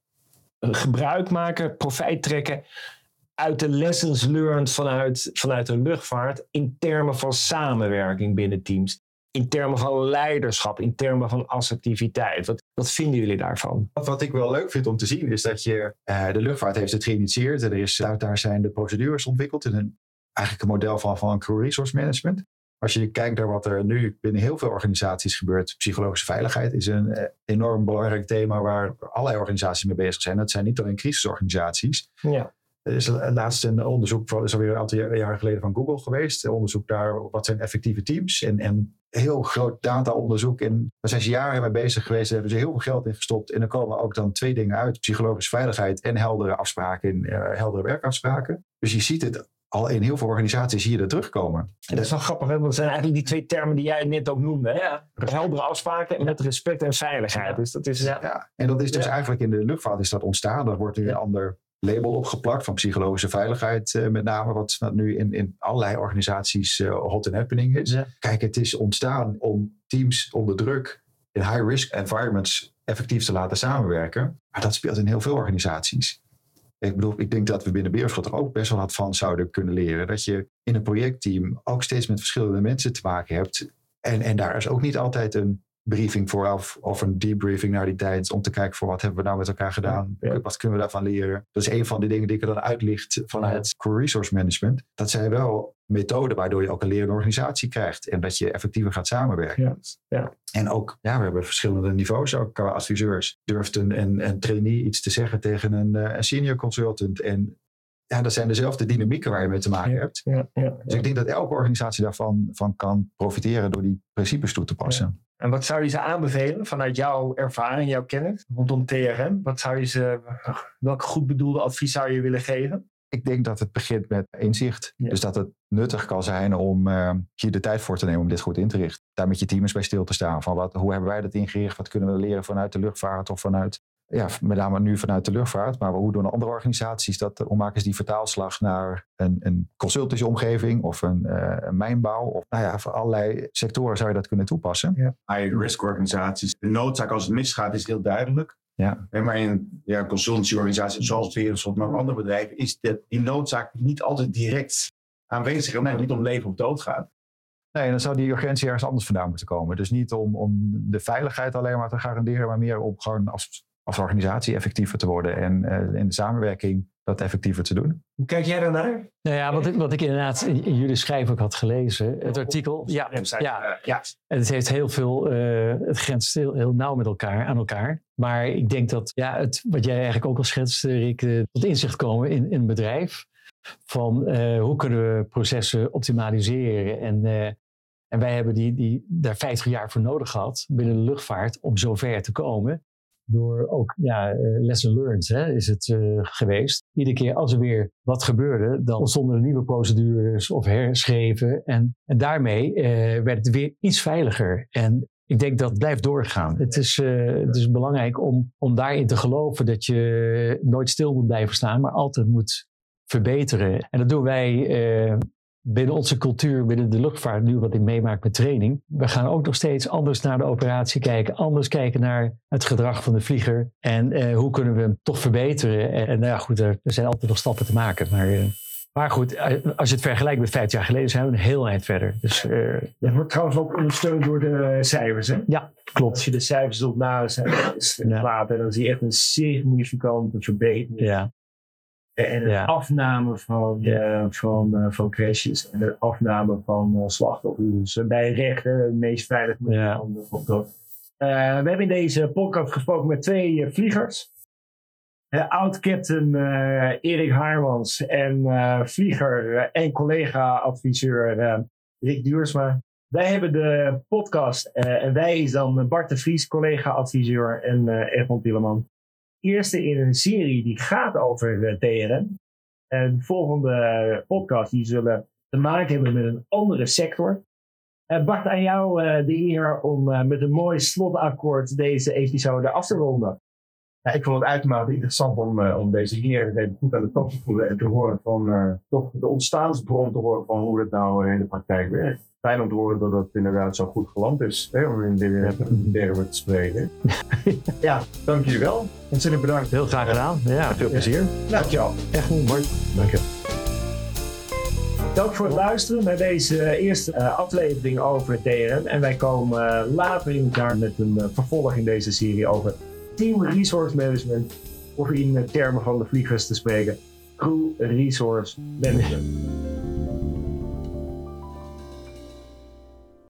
gebruik maken, profijt trekken uit de lessons learned vanuit de luchtvaart in termen van samenwerking binnen teams? In termen van leiderschap, in termen van assertiviteit. Wat vinden jullie daarvan? Wat ik wel leuk vind om te zien is dat de luchtvaart heeft het geïnitieerd. Daar zijn de procedures ontwikkeld in eigenlijk een model van crew resource management. Als je kijkt naar wat er nu binnen heel veel organisaties gebeurt. Psychologische veiligheid is een enorm belangrijk thema waar allerlei organisaties mee bezig zijn. Dat zijn niet alleen crisisorganisaties. Ja. Er is laatst een onderzoek, dat is alweer een aantal jaren geleden van Google geweest. Onderzoek naar wat zijn effectieve teams. En heel groot data-onderzoek. En daar zijn ze jaren mee bezig geweest. Daar hebben ze heel veel geld in gestopt. En er komen ook dan 2 dingen uit. Psychologische veiligheid en heldere afspraken. Heldere werkafspraken. Dus je ziet het al in heel veel organisaties hier terugkomen. En dat is wel grappig, hè? Want dat zijn eigenlijk die 2 termen die jij net ook noemde. Ja. Heldere afspraken en met respect en veiligheid. Ja. Dus dat is... En dat is dus eigenlijk in de luchtvaart is dat ontstaan. Dat wordt nu een ander label opgeplakt van psychologische veiligheid met name. Wat nu in allerlei organisaties hot and happening is. Ja. Kijk, het is ontstaan om teams onder druk in high-risk environments effectief te laten samenwerken. Maar dat speelt in heel veel organisaties. Ik denk dat we binnen Berenschot er ook best wel wat van zouden kunnen leren. Dat je in een projectteam ook steeds met verschillende mensen te maken hebt. En daar is ook niet altijd een briefing voor of een debriefing naar die tijd. Om te kijken voor wat hebben we nou met elkaar gedaan. Ja. Wat kunnen we daarvan leren. Dat is een van de dingen die ik er dan uitlicht vanuit Core Resource Management. Dat zijn wel methoden waardoor je ook een lerende organisatie krijgt. En dat je effectiever gaat samenwerken. Ja. En ook, we hebben verschillende niveaus. Ook qua adviseurs durft een trainee iets te zeggen tegen een senior consultant. En dat zijn dezelfde dynamieken waar je mee te maken hebt. Dus ik denk dat elke organisatie daarvan kan profiteren door die principes toe te passen. Ja. En wat zou je ze aanbevelen vanuit jouw ervaring, jouw kennis rondom TRM? Welk goed bedoelde advies zou je willen geven? Ik denk dat het begint met inzicht. Ja. Dus dat het nuttig kan zijn om hier de tijd voor te nemen om dit goed in te richten. Daar met je team eens bij stil te staan. Van hoe hebben wij dat ingericht? Wat kunnen we leren vanuit de luchtvaart of vanuit... Ja, met name nu vanuit de luchtvaart. Maar hoe doen andere organisaties hoe maken ze die vertaalslag naar een consultancy-omgeving of een mijnbouw? Of voor allerlei sectoren zou je dat kunnen toepassen. Ja. High-risk organisaties. De noodzaak als het misgaat is heel duidelijk. Ja. Maar in een consultancy-organisatie zoals Berenschot, maar andere bedrijven, is die noodzaak niet altijd direct aanwezig. Omdat het niet om leven of dood gaat. Nee, dan zou die urgentie ergens anders vandaan moeten komen. Dus niet om de veiligheid alleen maar te garanderen, maar meer om gewoon als organisatie effectiever te worden en in de samenwerking dat effectiever te doen. Hoe kijk jij daarnaar? Nou ja, wat ik inderdaad in jullie schrijf ook had gelezen, het artikel. Ja. En het heeft heel veel, het grenst heel nauw met elkaar, aan elkaar. Maar ik denk dat wat jij eigenlijk ook al schetst, Rick, tot inzicht komen in een bedrijf. Van hoe kunnen we processen optimaliseren. En wij hebben daar 50 jaar voor nodig gehad binnen de luchtvaart om zover te komen. Door ook, lesson learned is het geweest. Iedere keer als er weer wat gebeurde, dan ontstonden er nieuwe procedures of herschreven. En daarmee werd het weer iets veiliger. En ik denk dat het blijft doorgaan. Het is belangrijk om daarin te geloven dat je nooit stil moet blijven staan, maar altijd moet verbeteren. En dat doen wij binnen onze cultuur, binnen de luchtvaart, nu wat ik meemaak met training. We gaan ook nog steeds anders naar de operatie kijken. Anders kijken naar het gedrag van de vlieger. En hoe kunnen we hem toch verbeteren. En er zijn altijd nog stappen te maken. Maar goed, als je het vergelijkt met 50 jaar geleden, zijn we een heel eind verder. Dus, dat wordt trouwens ook ondersteund door de cijfers, hè? Ja, klopt. Als je de cijfers op laat, dan zie je echt een significante verbetering. Ja. En de afname van crashes en de afname van slachtoffers. Dus bij rechten het meest veilig we hebben in deze podcast gesproken met 2 vliegers. Oud-captain Erik Haarmans en vlieger en collega-adviseur Rick Duursma. Wij hebben de podcast en wij is dan Bart de Vries, collega-adviseur en Edmond Tieleman. Eerste in een serie die gaat over TRM. En de volgende podcast die zullen te maken hebben met een andere sector. Bart, aan jou de eer om met een mooi slotakkoord deze episode af te ronden. Ja, ik vond het uitermate interessant om deze heren goed aan de top te voelen en te horen van toch de ontstaansbron te horen van hoe het nou in de praktijk werkt. Fijn om te horen dat het inderdaad zo goed geland is, om in de termen te spreken. Ja, dank jullie wel. Ontzettend bedankt. Heel graag gedaan. Ja, veel plezier. Dankjewel. Echt goed, Bart. Dankjewel. Dank voor het luisteren naar deze eerste aflevering over TRM. En wij komen later in het jaar met een vervolg in deze serie over Team Resource Management. Of in termen van de vliegers te spreken, Crew Resource Management.